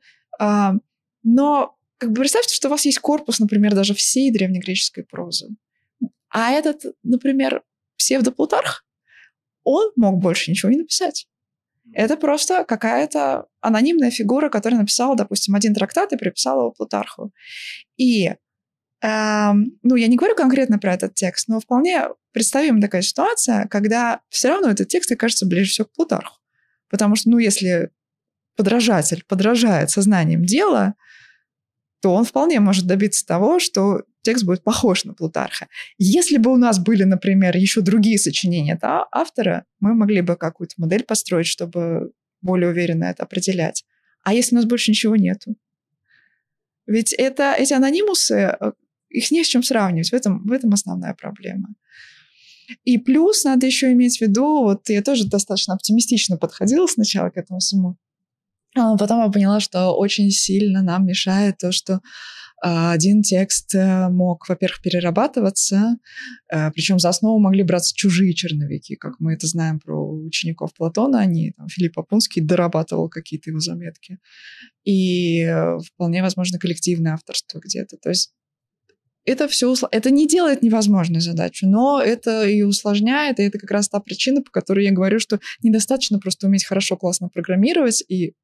Но как бы представьте, что у вас есть корпус, например, даже всей древнегреческой прозы. А этот, например, псевдоплутарх, он мог больше ничего не написать. Это просто какая-то анонимная фигура, которая написала, допустим, один трактат и приписала его Плутарху. И Эм, ну, я не говорю конкретно про этот текст, но вполне представима такая ситуация, когда все равно этот текст окажется ближе всего к Плутарху. Потому что, ну, если подражатель подражает сознанием дела, то он вполне может добиться того, что текст будет похож на Плутарха. Если бы у нас были, например, еще другие сочинения этого автора, мы могли бы какую-то модель построить, чтобы более уверенно это определять. А если у нас больше ничего нету? Ведь это, эти анонимусы, их не с чем сравнивать. В этом, в этом основная проблема. И плюс надо еще иметь в виду, вот я тоже достаточно оптимистично подходила сначала к этому всему, а потом я поняла, что очень сильно нам мешает то, что один текст мог, во-первых, перерабатываться, причем за основу могли браться чужие черновики, как мы это знаем про учеников Платона, они, там, Филипп Апунский дорабатывал какие-то его заметки, и вполне возможно коллективное авторство где-то. То есть это все, это не делает невозможной задачу, но это и усложняет, и это как раз та причина, по которой я говорю, что недостаточно просто уметь хорошо, классно программировать и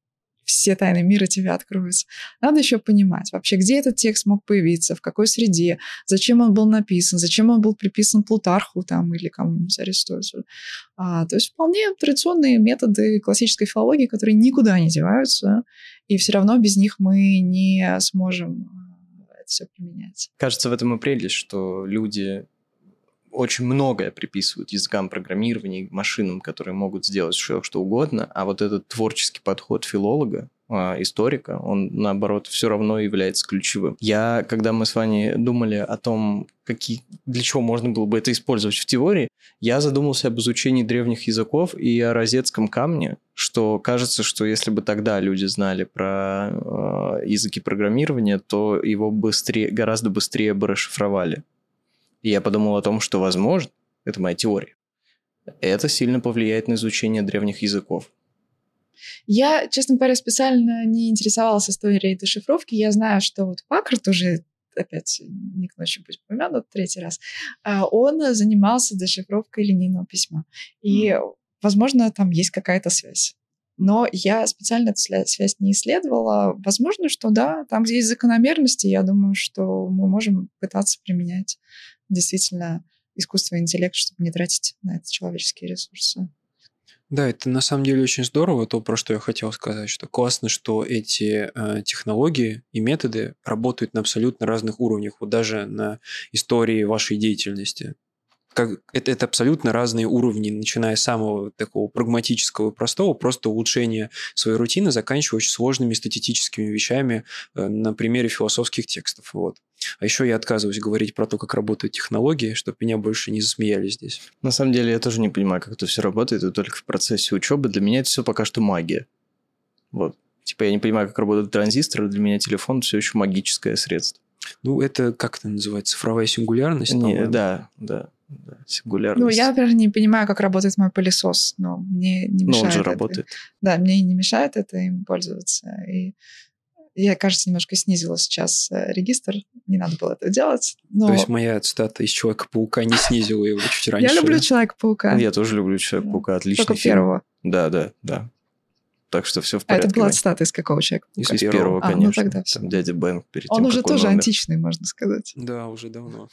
все тайны мира тебе откроются. Надо еще понимать вообще, где этот текст мог появиться, в какой среде, зачем он был написан, зачем он был приписан Плутарху там, или кому-нибудь Аристотелю. А, то есть вполне традиционные методы классической филологии, которые никуда не деваются, и все равно без них мы не сможем это все применять. Кажется, в этом и прелесть, что люди очень многое приписывают языкам программирования, машинам, которые могут сделать все, что угодно, а вот этот творческий подход филолога, историка, он, наоборот, все равно является ключевым. Я, когда мы с вами думали о том, какие, для чего можно было бы это использовать в теории, я задумался об изучении древних языков и о розетском камне, что кажется, что если бы тогда люди знали про э, языки программирования, то его быстрее, гораздо быстрее бы расшифровали. И я подумал о том, что, возможно, это моя теория, это сильно повлияет на изучение древних языков. Я, честно говоря, специально не интересовалась историей дешифровки. Я знаю, что вот Паккард уже, опять не к ночи будет упомянут третий раз, он занимался дешифровкой линейного письма. И, mm. возможно, там есть какая-то связь. Но я специально эту связь не исследовала. Возможно, что да, там, где есть закономерности, я думаю, что мы можем пытаться применять действительно искусственный интеллект, чтобы не тратить на это человеческие ресурсы. Да, это на самом деле очень здорово, то, про что я хотел сказать, что классно, что эти э, технологии и методы работают на абсолютно разных уровнях, вот даже на истории вашей деятельности. Как, это, это абсолютно разные уровни, начиная с самого такого прагматического и простого, просто улучшения своей рутины, заканчивая очень сложными статистическими вещами э, на примере философских текстов. Вот. А еще я отказываюсь говорить про то, как работают технологии, чтобы меня больше не засмеяли здесь. На самом деле я тоже не понимаю, как это все работает, и только в процессе учебы. Для меня это все пока что магия. Вот. Типа я не понимаю, как работают транзисторы, для меня телефон все еще магическое средство. Ну, это как это называется? Цифровая сингулярность? Не, да, да. Да, сингулярность. Ну, я, например, не понимаю, как работает мой пылесос, но мне не мешает. Но он же это. работает. Да, мне не мешает это им пользоваться. И я, кажется, немножко снизила сейчас регистр. Не надо было это делать. Но... То есть моя цитата из Человека-паука не снизила его чуть раньше. Я люблю Человека-паука. Я тоже люблю Человека-паука. Отличный Только фильм. первого. Да, да, да. Так что все в А порядке. это была цитата из какого Человека-паука? Из первого, а, конечно. Ну, тогда все. Там дядя Бен перед Он тем, уже как он тоже умер. античный, можно сказать. Да, уже давно.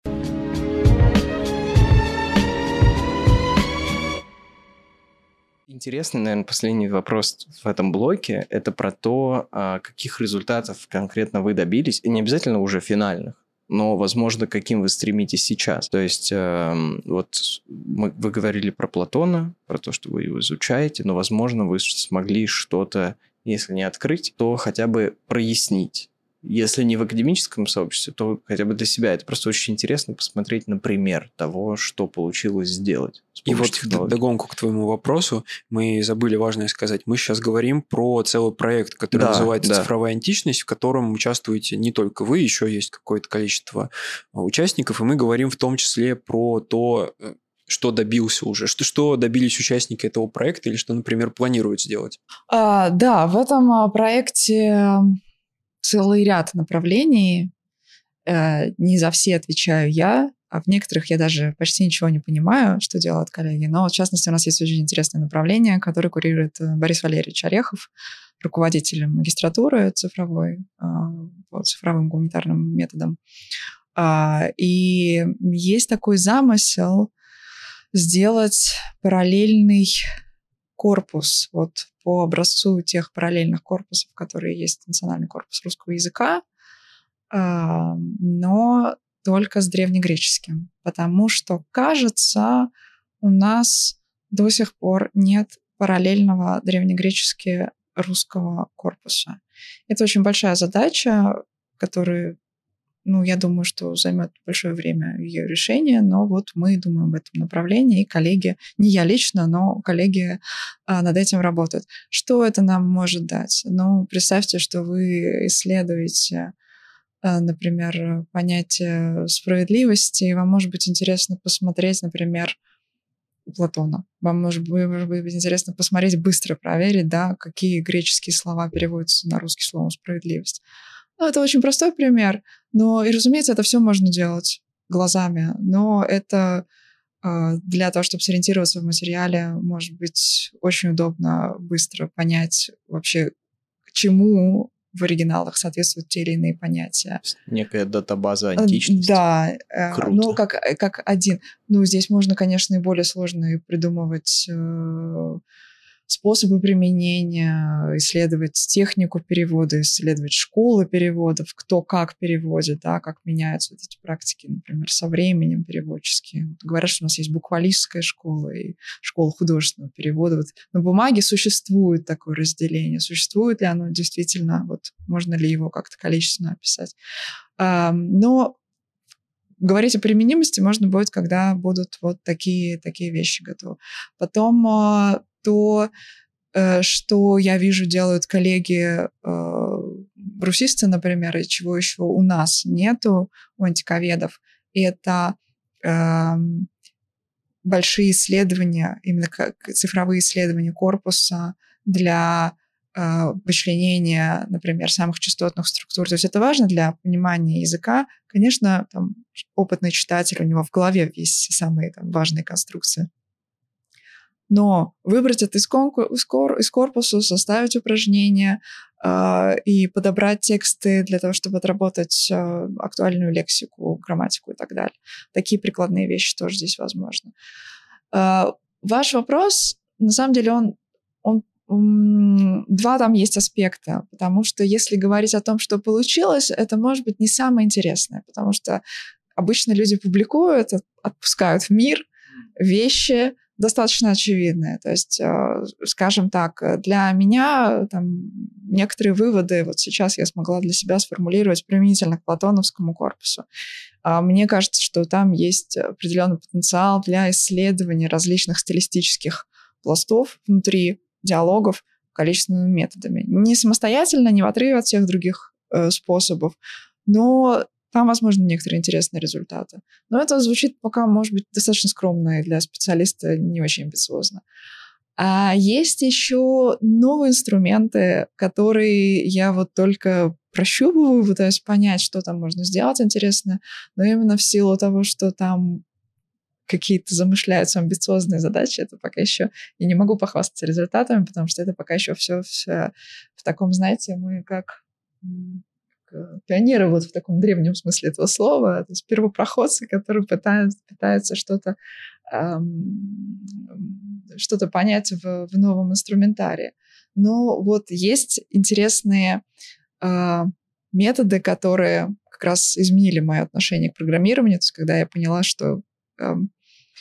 Интересный, наверное, последний вопрос в этом блоке. Это про то, каких результатов конкретно вы добились. И не обязательно уже финальных, но, возможно, каким вы стремитесь сейчас. То есть, вот мы, вы говорили про Платона, про то, что вы его изучаете, но, возможно, вы смогли что-то, если не открыть, то хотя бы прояснить. Если не в академическом сообществе, то хотя бы для себя. Это просто очень интересно посмотреть на пример того, что получилось сделать. И вот вдогонку к твоему вопросу мы забыли важное сказать. Мы сейчас говорим про целый проект, который да, называется да. «Цифровая античность», в котором участвуете не только вы, еще есть какое-то количество участников, и мы говорим в том числе про то, что добился уже, что, что добились участники этого проекта или что, например, планируют сделать. А, да, в этом проекте целый ряд направлений. Не за все отвечаю я, а в некоторых я даже почти ничего не понимаю, что делают коллеги. Но, в частности, у нас есть очень интересное направление, которое курирует Борис Валерьевич Орехов, руководитель магистратуры цифровой, по цифровым гуманитарным методам. И есть такой замысел сделать параллельный корпус, вот по образцу тех параллельных корпусов, которые есть Национальный корпус русского языка, но только с древнегреческим, потому что, кажется, у нас до сих пор нет параллельного древнегречески русского корпуса. Это очень большая задача, которая, ну, я думаю, что займет большое время ее решения, но вот мы думаем в этом направлении, и коллеги, не я лично, но коллеги а, над этим работают. Что это нам может дать? Ну, представьте, что вы исследуете, а, например, понятие справедливости, и вам может быть интересно посмотреть, например, Платона. Вам может быть, может быть интересно посмотреть, быстро проверить, да, какие греческие слова переводятся на русский словом «справедливость». Ну, это очень простой пример, но, и, разумеется, это все можно делать глазами, но это э, для того, чтобы сориентироваться в материале, может быть очень удобно быстро понять вообще, чему в оригиналах соответствуют те или иные понятия. Некая датабаза античности. Да, Круто. Ну, как, как один. Ну, здесь можно, конечно, и более сложные придумывать способы применения, исследовать технику перевода, исследовать школы переводов, кто как переводит, да, как меняются вот эти практики, например, со временем переводческие. Вот говорят, что у нас есть буквалистская школа и школа художественного перевода. Вот на бумаге существует такое разделение. Существует ли оно действительно, вот можно ли его как-то количественно описать? Но говорить о применимости можно будет, когда будут вот такие, такие вещи готовы. Потом то, что я вижу, делают коллеги русисты, например, и чего еще у нас нету, у антиковедов, это большие исследования, именно как цифровые исследования корпуса для вычленения, например, самых частотных структур. То есть это важно для понимания языка. Конечно, там, опытный читатель, у него в голове есть все самые там, важные конструкции. Но выбрать это из, конкур- из корпуса, составить упражнения э, и подобрать тексты для того, чтобы отработать э, актуальную лексику, грамматику и так далее. Такие прикладные вещи тоже здесь возможны. Э, ваш вопрос, на самом деле, он, он два там есть аспекта, потому что если говорить о том, что получилось, это может быть не самое интересное, потому что обычно люди публикуют, отпускают в мир вещи достаточно очевидные. То есть, скажем так, для меня там, некоторые выводы вот сейчас я смогла для себя сформулировать применительно к платоновскому корпусу. Мне кажется, что там есть определенный потенциал для исследования различных стилистических пластов внутри диалогов количественными методами. Не самостоятельно, не в отрыве от всех других э, способов, но там, возможно, некоторые интересные результаты. Но это звучит пока, может быть, достаточно скромно и для специалиста не очень амбициозно. А есть еще новые инструменты, которые я вот только прощупываю, пытаюсь понять, что там можно сделать интересное, но именно в силу того, что там какие-то замышляются амбициозные задачи, это пока еще... Я не могу похвастаться результатами, потому что это пока еще все, все в таком, знаете, мы как, как пионеры вот в таком древнем смысле этого слова, то есть первопроходцы, которые пытаются, пытаются что-то, эм, что-то понять в, в новом инструментарии. Но вот есть интересные э, методы, которые как раз изменили мое отношение к программированию, то есть когда я поняла, что эм,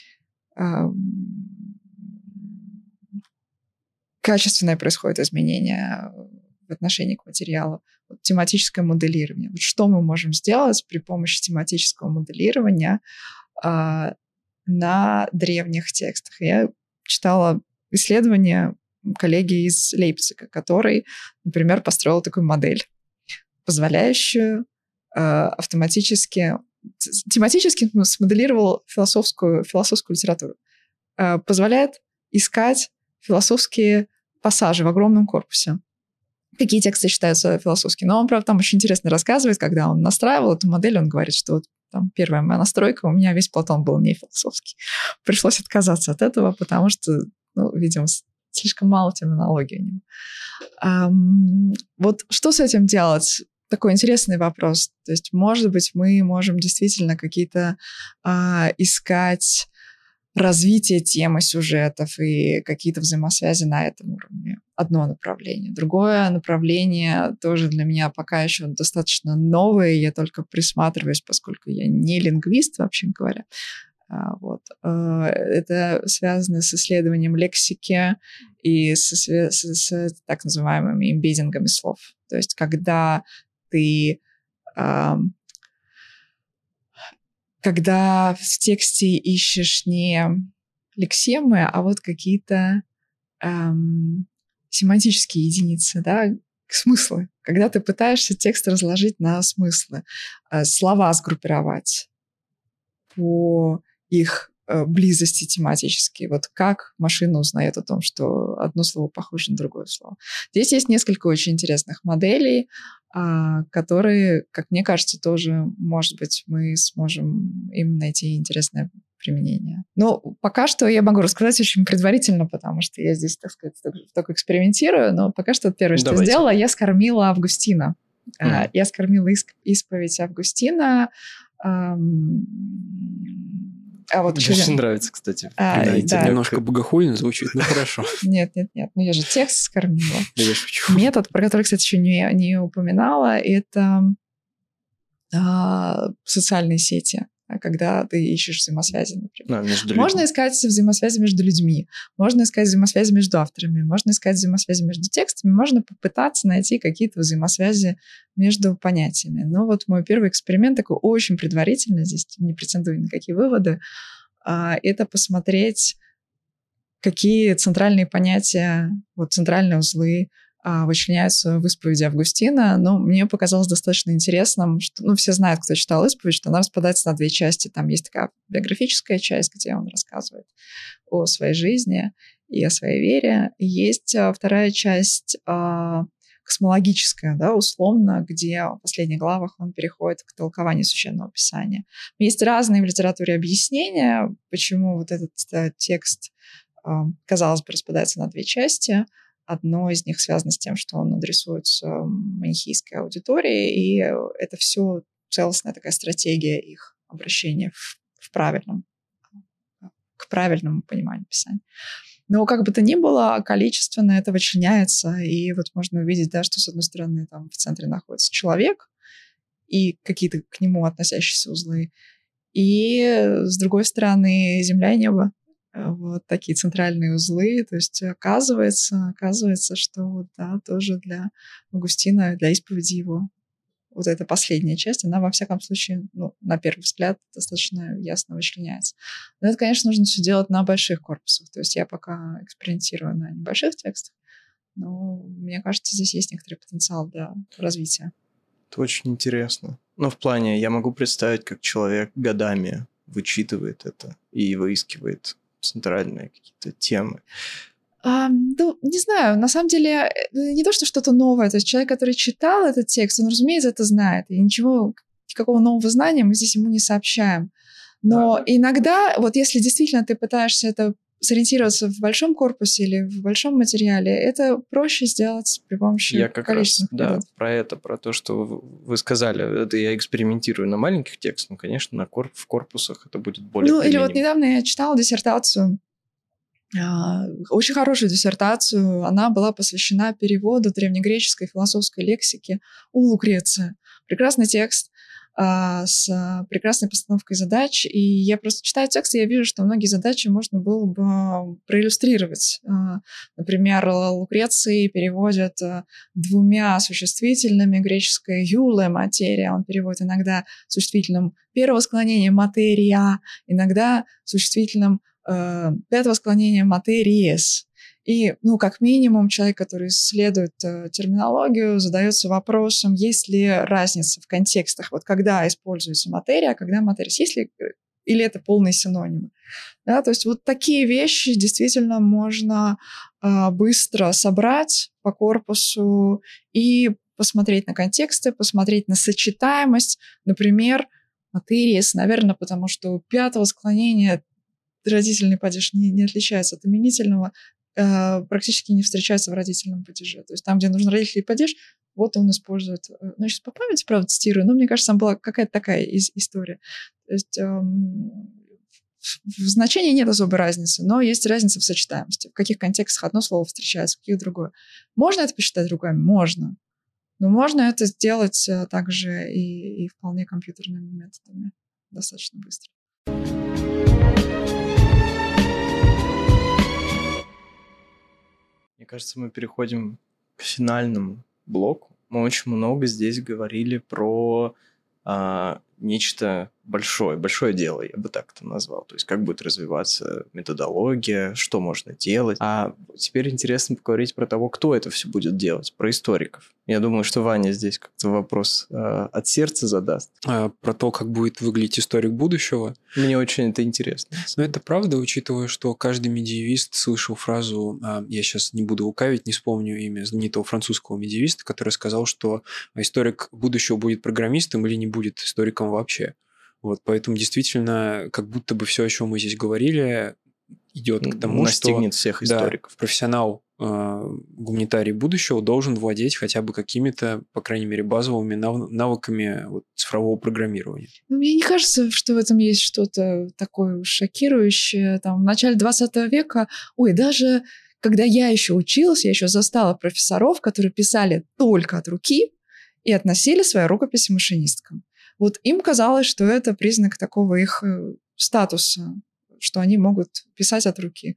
качественное происходит изменение в отношении к материалу. Вот тематическое моделирование. Вот что мы можем сделать при помощи тематического моделирования а, на древних текстах? Я читала исследования коллеги из Лейпцига, который, например, построил такую модель, позволяющую а, автоматически тематически смоделировал философскую, философскую литературу. Э, позволяет искать философские пассажи в огромном корпусе. Какие тексты считаются философскими? Но он, правда, там очень интересно рассказывает, когда он настраивал эту модель, он говорит, что вот там первая моя настройка, у меня весь Платон был не философский. Пришлось отказаться от этого, потому что, ну, видимо, слишком мало терминологии у него. Эм, вот что с этим делать? Такой интересный вопрос. То есть, может быть, мы можем действительно какие-то а, искать развитие темы сюжетов и какие-то взаимосвязи на этом уровне. Одно направление. Другое направление тоже для меня пока еще достаточно новое. Я только присматриваюсь, поскольку я не лингвист, вообще говоря. А, вот. Это связано с исследованием лексики и с, с, с так называемыми эмбеддингами слов. То есть, когда ты, э, когда в тексте ищешь не лексемы, а вот какие-то э, семантические единицы, да, смыслы. Когда ты пытаешься текст разложить на смыслы, э, слова сгруппировать по их э, близости тематически. Вот как машина узнает о том, что одно слово похоже на другое слово. Здесь есть несколько очень интересных моделей, которые, как мне кажется, тоже, может быть, мы сможем им найти интересное применения. Но пока что я могу рассказать очень предварительно, потому что я здесь, так сказать, только экспериментирую, но пока что первое, что Давайте. сделала, я скормила Августина. Mm. Я скормила исповедь Августина. А вот Мне очень нравится, кстати. А, да, да. Немножко богохульно звучит, но хорошо. Нет, нет, нет. Ну, я же текст скормила. Я шучу. Метод, про который, кстати, еще не, не упоминала, это а, социальные сети, когда ты ищешь взаимосвязи, например. А, между людьми. Можно искать взаимосвязи между людьми, можно искать взаимосвязи между авторами, можно искать взаимосвязи между текстами, можно попытаться найти какие-то взаимосвязи между понятиями. Но вот мой первый эксперимент такой очень предварительный, здесь не претендую ни на какие выводы, а, это посмотреть, какие центральные понятия, вот центральные узлы вычленяются в исповеди Августина, но мне показалось достаточно интересным, что, ну, все знают, кто читал исповедь, что она распадается на две части. Там есть такая биографическая часть, где он рассказывает о своей жизни и о своей вере. И есть вторая часть, космологическая, да, условно, где в последних главах он переходит к толкованию Священного Писания. Есть разные в литературе объяснения, почему вот этот текст, казалось бы, распадается на две части. Одно из них связано с тем, что он адресуется манихейской аудитории, и это все целостная такая стратегия их обращения в, в правильном, к правильному пониманию Писания. Но как бы то ни было, количественно это вычленяется, и вот можно увидеть, да, что, с одной стороны, там в центре находится человек и какие-то к нему относящиеся узлы, и, с другой стороны, земля и небо. Вот такие центральные узлы. То есть оказывается, оказывается, что да, тоже для Августина, для исповеди его, вот эта последняя часть, она, во всяком случае, ну, на первый взгляд, достаточно ясно вычленяется. Но это, конечно, нужно все делать на больших корпусах. То есть я пока экспериментирую на небольших текстах, но мне кажется, здесь есть некоторый потенциал для развития. Это очень интересно. Но в плане, я могу представить, как человек годами вычитывает это и выискивает центральные какие-то темы. А, ну, не знаю, на самом деле, не то, что что-то новое. То есть человек, который читал этот текст, он, разумеется, это знает. И ничего, никакого нового знания мы здесь ему не сообщаем. Но да. иногда, вот если действительно ты пытаешься это сориентироваться в большом корпусе или в большом материале, это проще сделать при помощи я как раз, методов. Да, про это, про то, что вы сказали. Это я экспериментирую на маленьких текстах, но, конечно, на корп- в корпусах это будет более Ну, применимо. или вот недавно я читала диссертацию, очень хорошую диссертацию. Она была посвящена переводу древнегреческой философской лексики у Лукреция. Прекрасный текст с прекрасной постановкой задач. И я просто читаю текст, и я вижу, что многие задачи можно было бы проиллюстрировать. Например, Лукреций переводит двумя существительными греческое «юле» — материя. Он переводит иногда существительным первого склонения «материя», иногда существительным пятого склонения «материес». И, ну, как минимум, человек, который исследует э, терминологию, задается вопросом, есть ли разница в контекстах, вот когда используется материя, а когда материес, есть ли, или это полные синонимы. Да, то есть вот такие вещи действительно можно э, быстро собрать по корпусу и посмотреть на контексты, посмотреть на сочетаемость. Например, материес, наверное, потому что у пятого склонения родительный падеж не, не отличается от именительного, э, практически не встречается в родительном падеже. То есть там, где нужен родительный падеж, вот он использует. Ну, я сейчас по памяти, правда, цитирую, но мне кажется, там была какая-то такая из- история. То есть эм, в значении нет особой разницы, но есть разница в сочетаемости. В каких контекстах одно слово встречается, в каких другое. Можно это посчитать руками? Можно. Но можно это сделать э, также и, и вполне компьютерными методами достаточно быстро. Мне кажется, мы переходим к финальному блоку. Мы очень много здесь говорили про а, нечто большое, большое дело, я бы так это назвал. То есть как будет развиваться методология, что можно делать. А теперь интересно поговорить про того, кто это все будет делать, про историков. Я думаю, что Ваня здесь как-то вопрос э, от сердца задаст. А, про то, как будет выглядеть историк будущего. Мне очень это интересно. Но это правда, учитывая, что каждый медиевист слышал фразу, я сейчас не буду лукавить, не вспомню имя знаменитого французского медиевиста, который сказал, что историк будущего будет программистом или не будет историком вообще. Вот, поэтому действительно, как будто бы все, о чем мы здесь говорили, идет к тому, настигнет что всех да, историков. профессионал э, гуманитарий будущего должен владеть хотя бы какими-то, по крайней мере, базовыми нав- навыками вот, цифрового программирования. Мне не кажется, что в этом есть что-то такое шокирующее. Там, в начале двадцатого века, ой, даже когда я еще училась, я еще застала профессоров, которые писали только от руки и относили свои рукописи машинисткам. Вот им казалось, что это признак такого их статуса, что они могут писать от руки.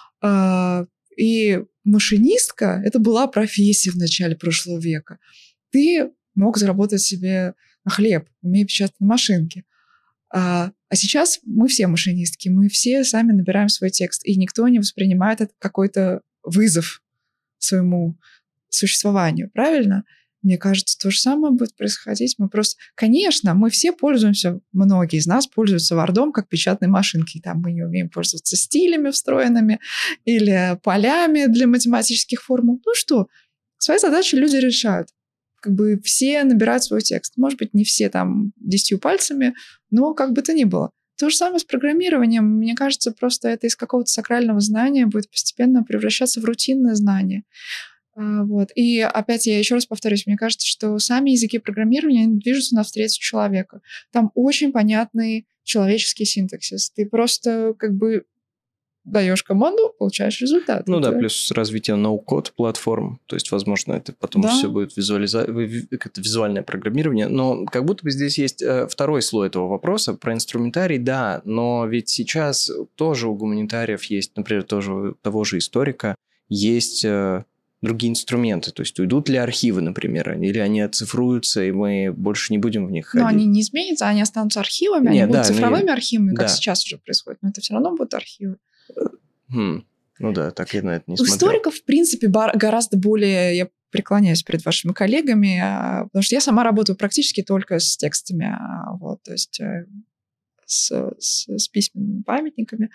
И машинистка — это была профессия в начале прошлого века. Ты мог заработать себе на хлеб, умея печатать на машинке. А, а сейчас мы все машинистки, мы все сами набираем свой текст, и никто не воспринимает это какой-то вызов своему существованию, правильно? Мне кажется, то же самое будет происходить. Мы просто... Конечно, мы все пользуемся, многие из нас пользуются Word'ом как печатной машинкой. Там мы не умеем пользоваться стилями встроенными или полями для математических формул. Ну что, свои задачи люди решают. Как бы все набирают свой текст. Может быть, не все там десятью пальцами, но как бы то ни было. То же самое с программированием. Мне кажется, просто это из какого-то сакрального знания будет постепенно превращаться в рутинное знание. Вот. И опять я еще раз повторюсь, мне кажется, что сами языки программирования они движутся навстречу человеку. Там очень понятный человеческий синтаксис. Ты просто как бы даешь команду, получаешь результат. Ну это... да, плюс развитие ноу-код платформ, то есть, возможно, это потом да. все будет визуализа... это визуальное программирование, но как будто бы здесь есть второй слой этого вопроса про инструментарий, да, но ведь сейчас тоже у гуманитариев есть, например, тоже у того же историка есть другие инструменты, то есть уйдут ли архивы, например, или они оцифруются, и мы больше не будем в них ходить. Но они не изменятся, они останутся архивами, Нет, они будут да, цифровыми они... архивами, как да. сейчас уже происходит, но это все равно будут архивы. Хм. Ну да, так я на это не У смотрел. историков, в принципе, гораздо более... Я преклоняюсь перед вашими коллегами, потому что я сама работаю практически только с текстами, вот, то есть с, с, с письменными памятниками.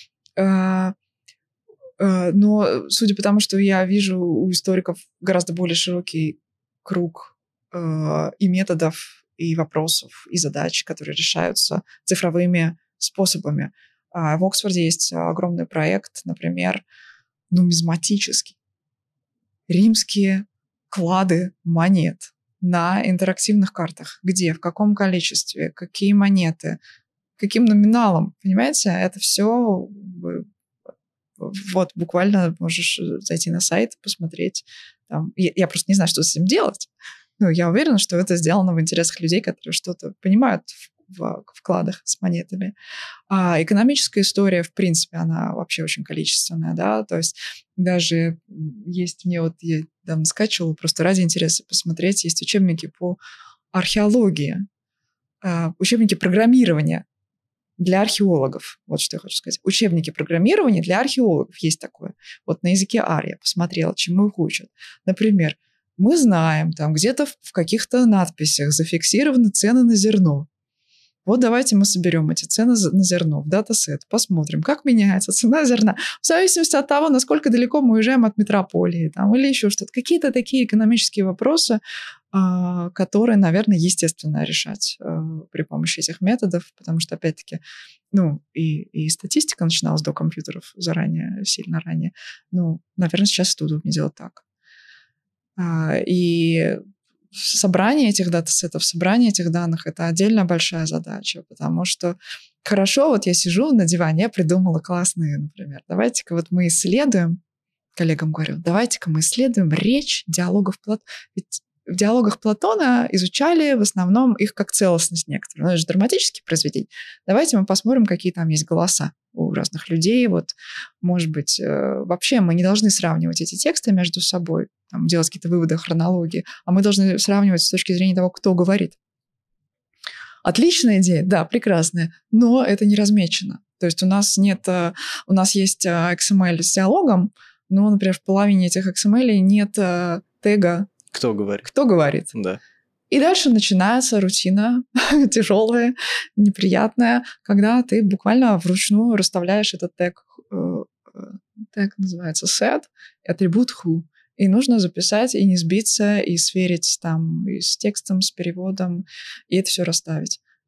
Но судя по тому, что я вижу у историков гораздо более широкий круг и методов, и вопросов, и задач, которые решаются цифровыми способами. В Оксфорде есть огромный проект, например, нумизматический. Римские клады монет на интерактивных картах. Где, в каком количестве, какие монеты, каким номиналом. Понимаете, это все... Вот, буквально можешь зайти на сайт, посмотреть. Там. Я, я просто не знаю, что с этим делать. Но я уверена, что это сделано в интересах людей, которые что-то понимают в, в вкладах с монетами. А экономическая история, в принципе, она вообще очень количественная, да, то есть даже есть мне вот, я давно скачивала, просто ради интереса посмотреть, есть учебники по археологии, учебники программирования для археологов. Вот что я хочу сказать. Учебники программирования для археологов есть такое. Вот на языке ар я посмотрела, чему их учат. Например, мы знаем, там где-то в каких-то надписях зафиксированы цены на зерно. Вот давайте мы соберем эти цены на зерно в датасет, посмотрим, как меняется цена зерна в зависимости от того, насколько далеко мы уезжаем от метрополии там, или еще что-то. Какие-то такие экономические вопросы, которые, наверное, естественно решать при помощи этих методов, потому что, опять-таки, ну, и, и статистика начиналась до компьютеров заранее, сильно ранее. Ну, наверное, сейчас это удобнее делать так. И собрание этих датасетов, собрание этих данных — это отдельно большая задача, потому что хорошо, вот я сижу на диване, я придумала классные, например, давайте-ка вот мы исследуем, коллегам говорю, давайте-ка мы исследуем речь диалогов Платона. Ведь в диалогах Платона изучали в основном их как целостность некоторую. Ну, это же драматические произведения. Давайте мы посмотрим, какие там есть голоса у разных людей. Вот, может быть, вообще мы не должны сравнивать эти тексты между собой, там, делать какие-то выводы о хронологии, а мы должны сравнивать с точки зрения того, кто говорит. Отличная идея, да, прекрасная, но это не размечено. То есть у нас нет, у нас есть икс эм эль с диалогом, но, например, в половине этих икс эм эль нет тега Кто говорит. Кто говорит. Да. И дальше начинается рутина тяжелая, неприятная, когда ты буквально вручную расставляешь этот тег. Тег называется set, атрибут who. И нужно записать, и не сбиться, и сверить там и с текстом, с переводом, и это все расставить.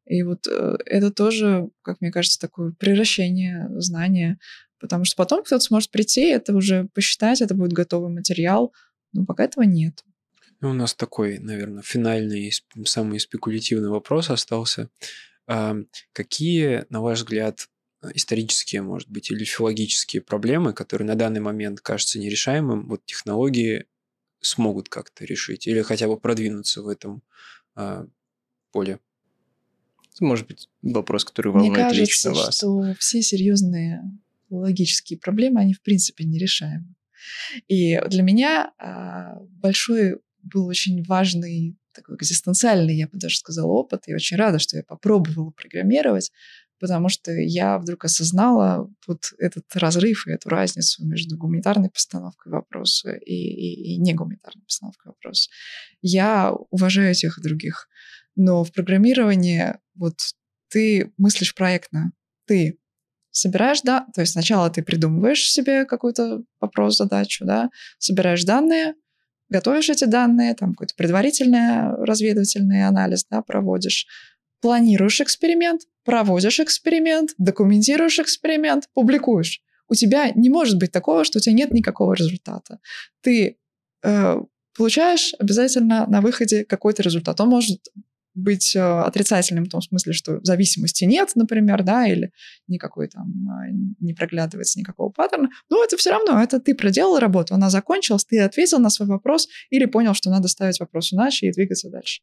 И вот э, это тоже, как мне кажется, такое превращение знания, потому что потом кто-то сможет прийти, это уже посчитать, это будет готовый материал, но пока этого нет. Ну, у нас такой, наверное, финальный, сп- самый спекулятивный вопрос остался. А, Какие, на ваш взгляд, исторические, может быть, или филологические проблемы, которые на данный момент кажутся нерешаемым, вот технологии смогут как-то решить или хотя бы продвинуться в этом а, поле? Может быть, вопрос, который Мне волнует кажется, лично вас. что все серьезные логические проблемы, они в принципе нерешаемы. И для меня а, большой был очень важный такой экзистенциальный, я бы даже сказала, опыт. Я очень рада, что я попробовала программировать, потому что я вдруг осознала вот этот разрыв и эту разницу между гуманитарной постановкой вопроса и, и, и негуманитарной постановкой вопроса. Я уважаю тех и других, но в программировании вот ты мыслишь проектно, ты собираешь, да, то есть сначала ты придумываешь себе какой-то вопрос, задачу, да, собираешь данные, готовишь эти данные, там какой-то предварительный разведывательный анализ, да, проводишь, планируешь эксперимент, проводишь эксперимент, документируешь эксперимент, публикуешь. У тебя не может быть такого, что у тебя нет никакого результата. Ты э, получаешь обязательно на выходе какой-то результат. Он может быть э, отрицательным в том смысле, что зависимости нет, например, да, или никакой там э, не проглядывается никакого паттерна, но это все равно, это ты проделал работу, она закончилась, ты ответил на свой вопрос или понял, что надо ставить вопрос иначе и двигаться дальше.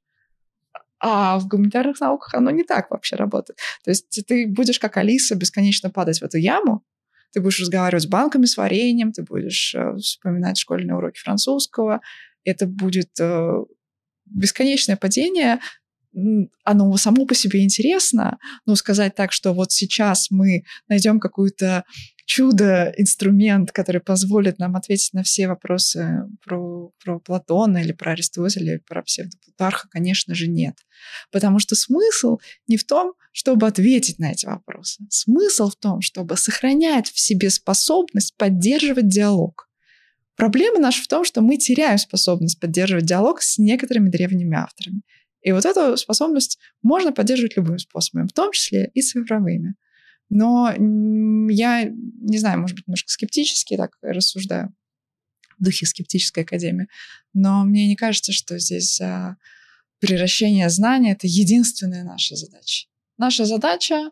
А в гуманитарных науках оно не так вообще работает. То есть ты будешь как Алиса бесконечно падать в эту яму, ты будешь разговаривать с банками, с вареньем, ты будешь э, вспоминать школьные уроки французского, это будет э, бесконечное падение. Оно само по себе интересно, но сказать так, что вот сейчас мы найдем какую-то чудо-инструмент, который позволит нам ответить на все вопросы про, про Платона или про Аристотеля, или про псевдоплутарха, конечно же, нет. Потому что смысл не в том, чтобы ответить на эти вопросы. Смысл в том, чтобы сохранять в себе способность поддерживать диалог. Проблема наша в том, что мы теряем способность поддерживать диалог с некоторыми древними авторами. И вот эту способность можно поддерживать любыми способами, в том числе и цифровыми. Но я, не знаю, может быть, немножко скептически так рассуждаю, в духе скептической академии, но мне не кажется, что здесь а, превращение знания — это единственная наша задача. Наша задача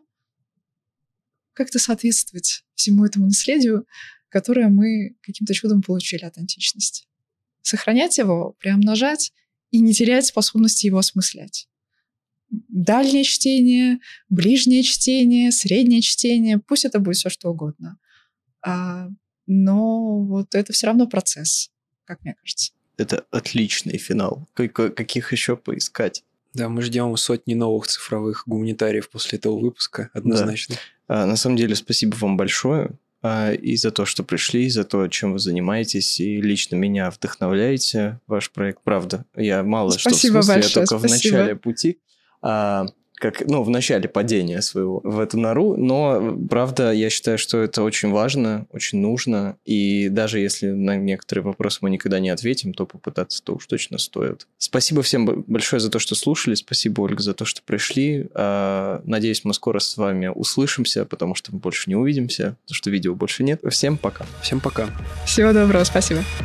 — как-то соответствовать всему этому наследию, которое мы каким-то чудом получили от античности. Сохранять его, приумножать и не терять способности его осмыслять. Дальнее чтение, ближнее чтение, среднее чтение, пусть это будет все что угодно. А, но вот это все равно процесс, как мне кажется. Это отличный финал. Каких еще поискать? Да, мы ждем сотни новых цифровых гуманитариев после этого выпуска, однозначно. Да. А, на самом деле, спасибо вам большое а, и за то, что пришли, и за то, чем вы занимаетесь, и лично меня вдохновляете, ваш проект, правда. Я мало спасибо что в смысле, большое, я только спасибо. в начале пути. А, как, ну, в начале падения своего в эту нору, но, правда, я считаю, что это очень важно, очень нужно, и даже если на некоторые вопросы мы никогда не ответим, то попытаться то уж точно стоит. Спасибо всем большое за то, что слушали, спасибо, Ольга, за то, что пришли. Надеюсь, мы скоро с вами услышимся, потому что мы больше не увидимся, потому что видео больше нет. Всем пока. Всем пока. Всего доброго, спасибо.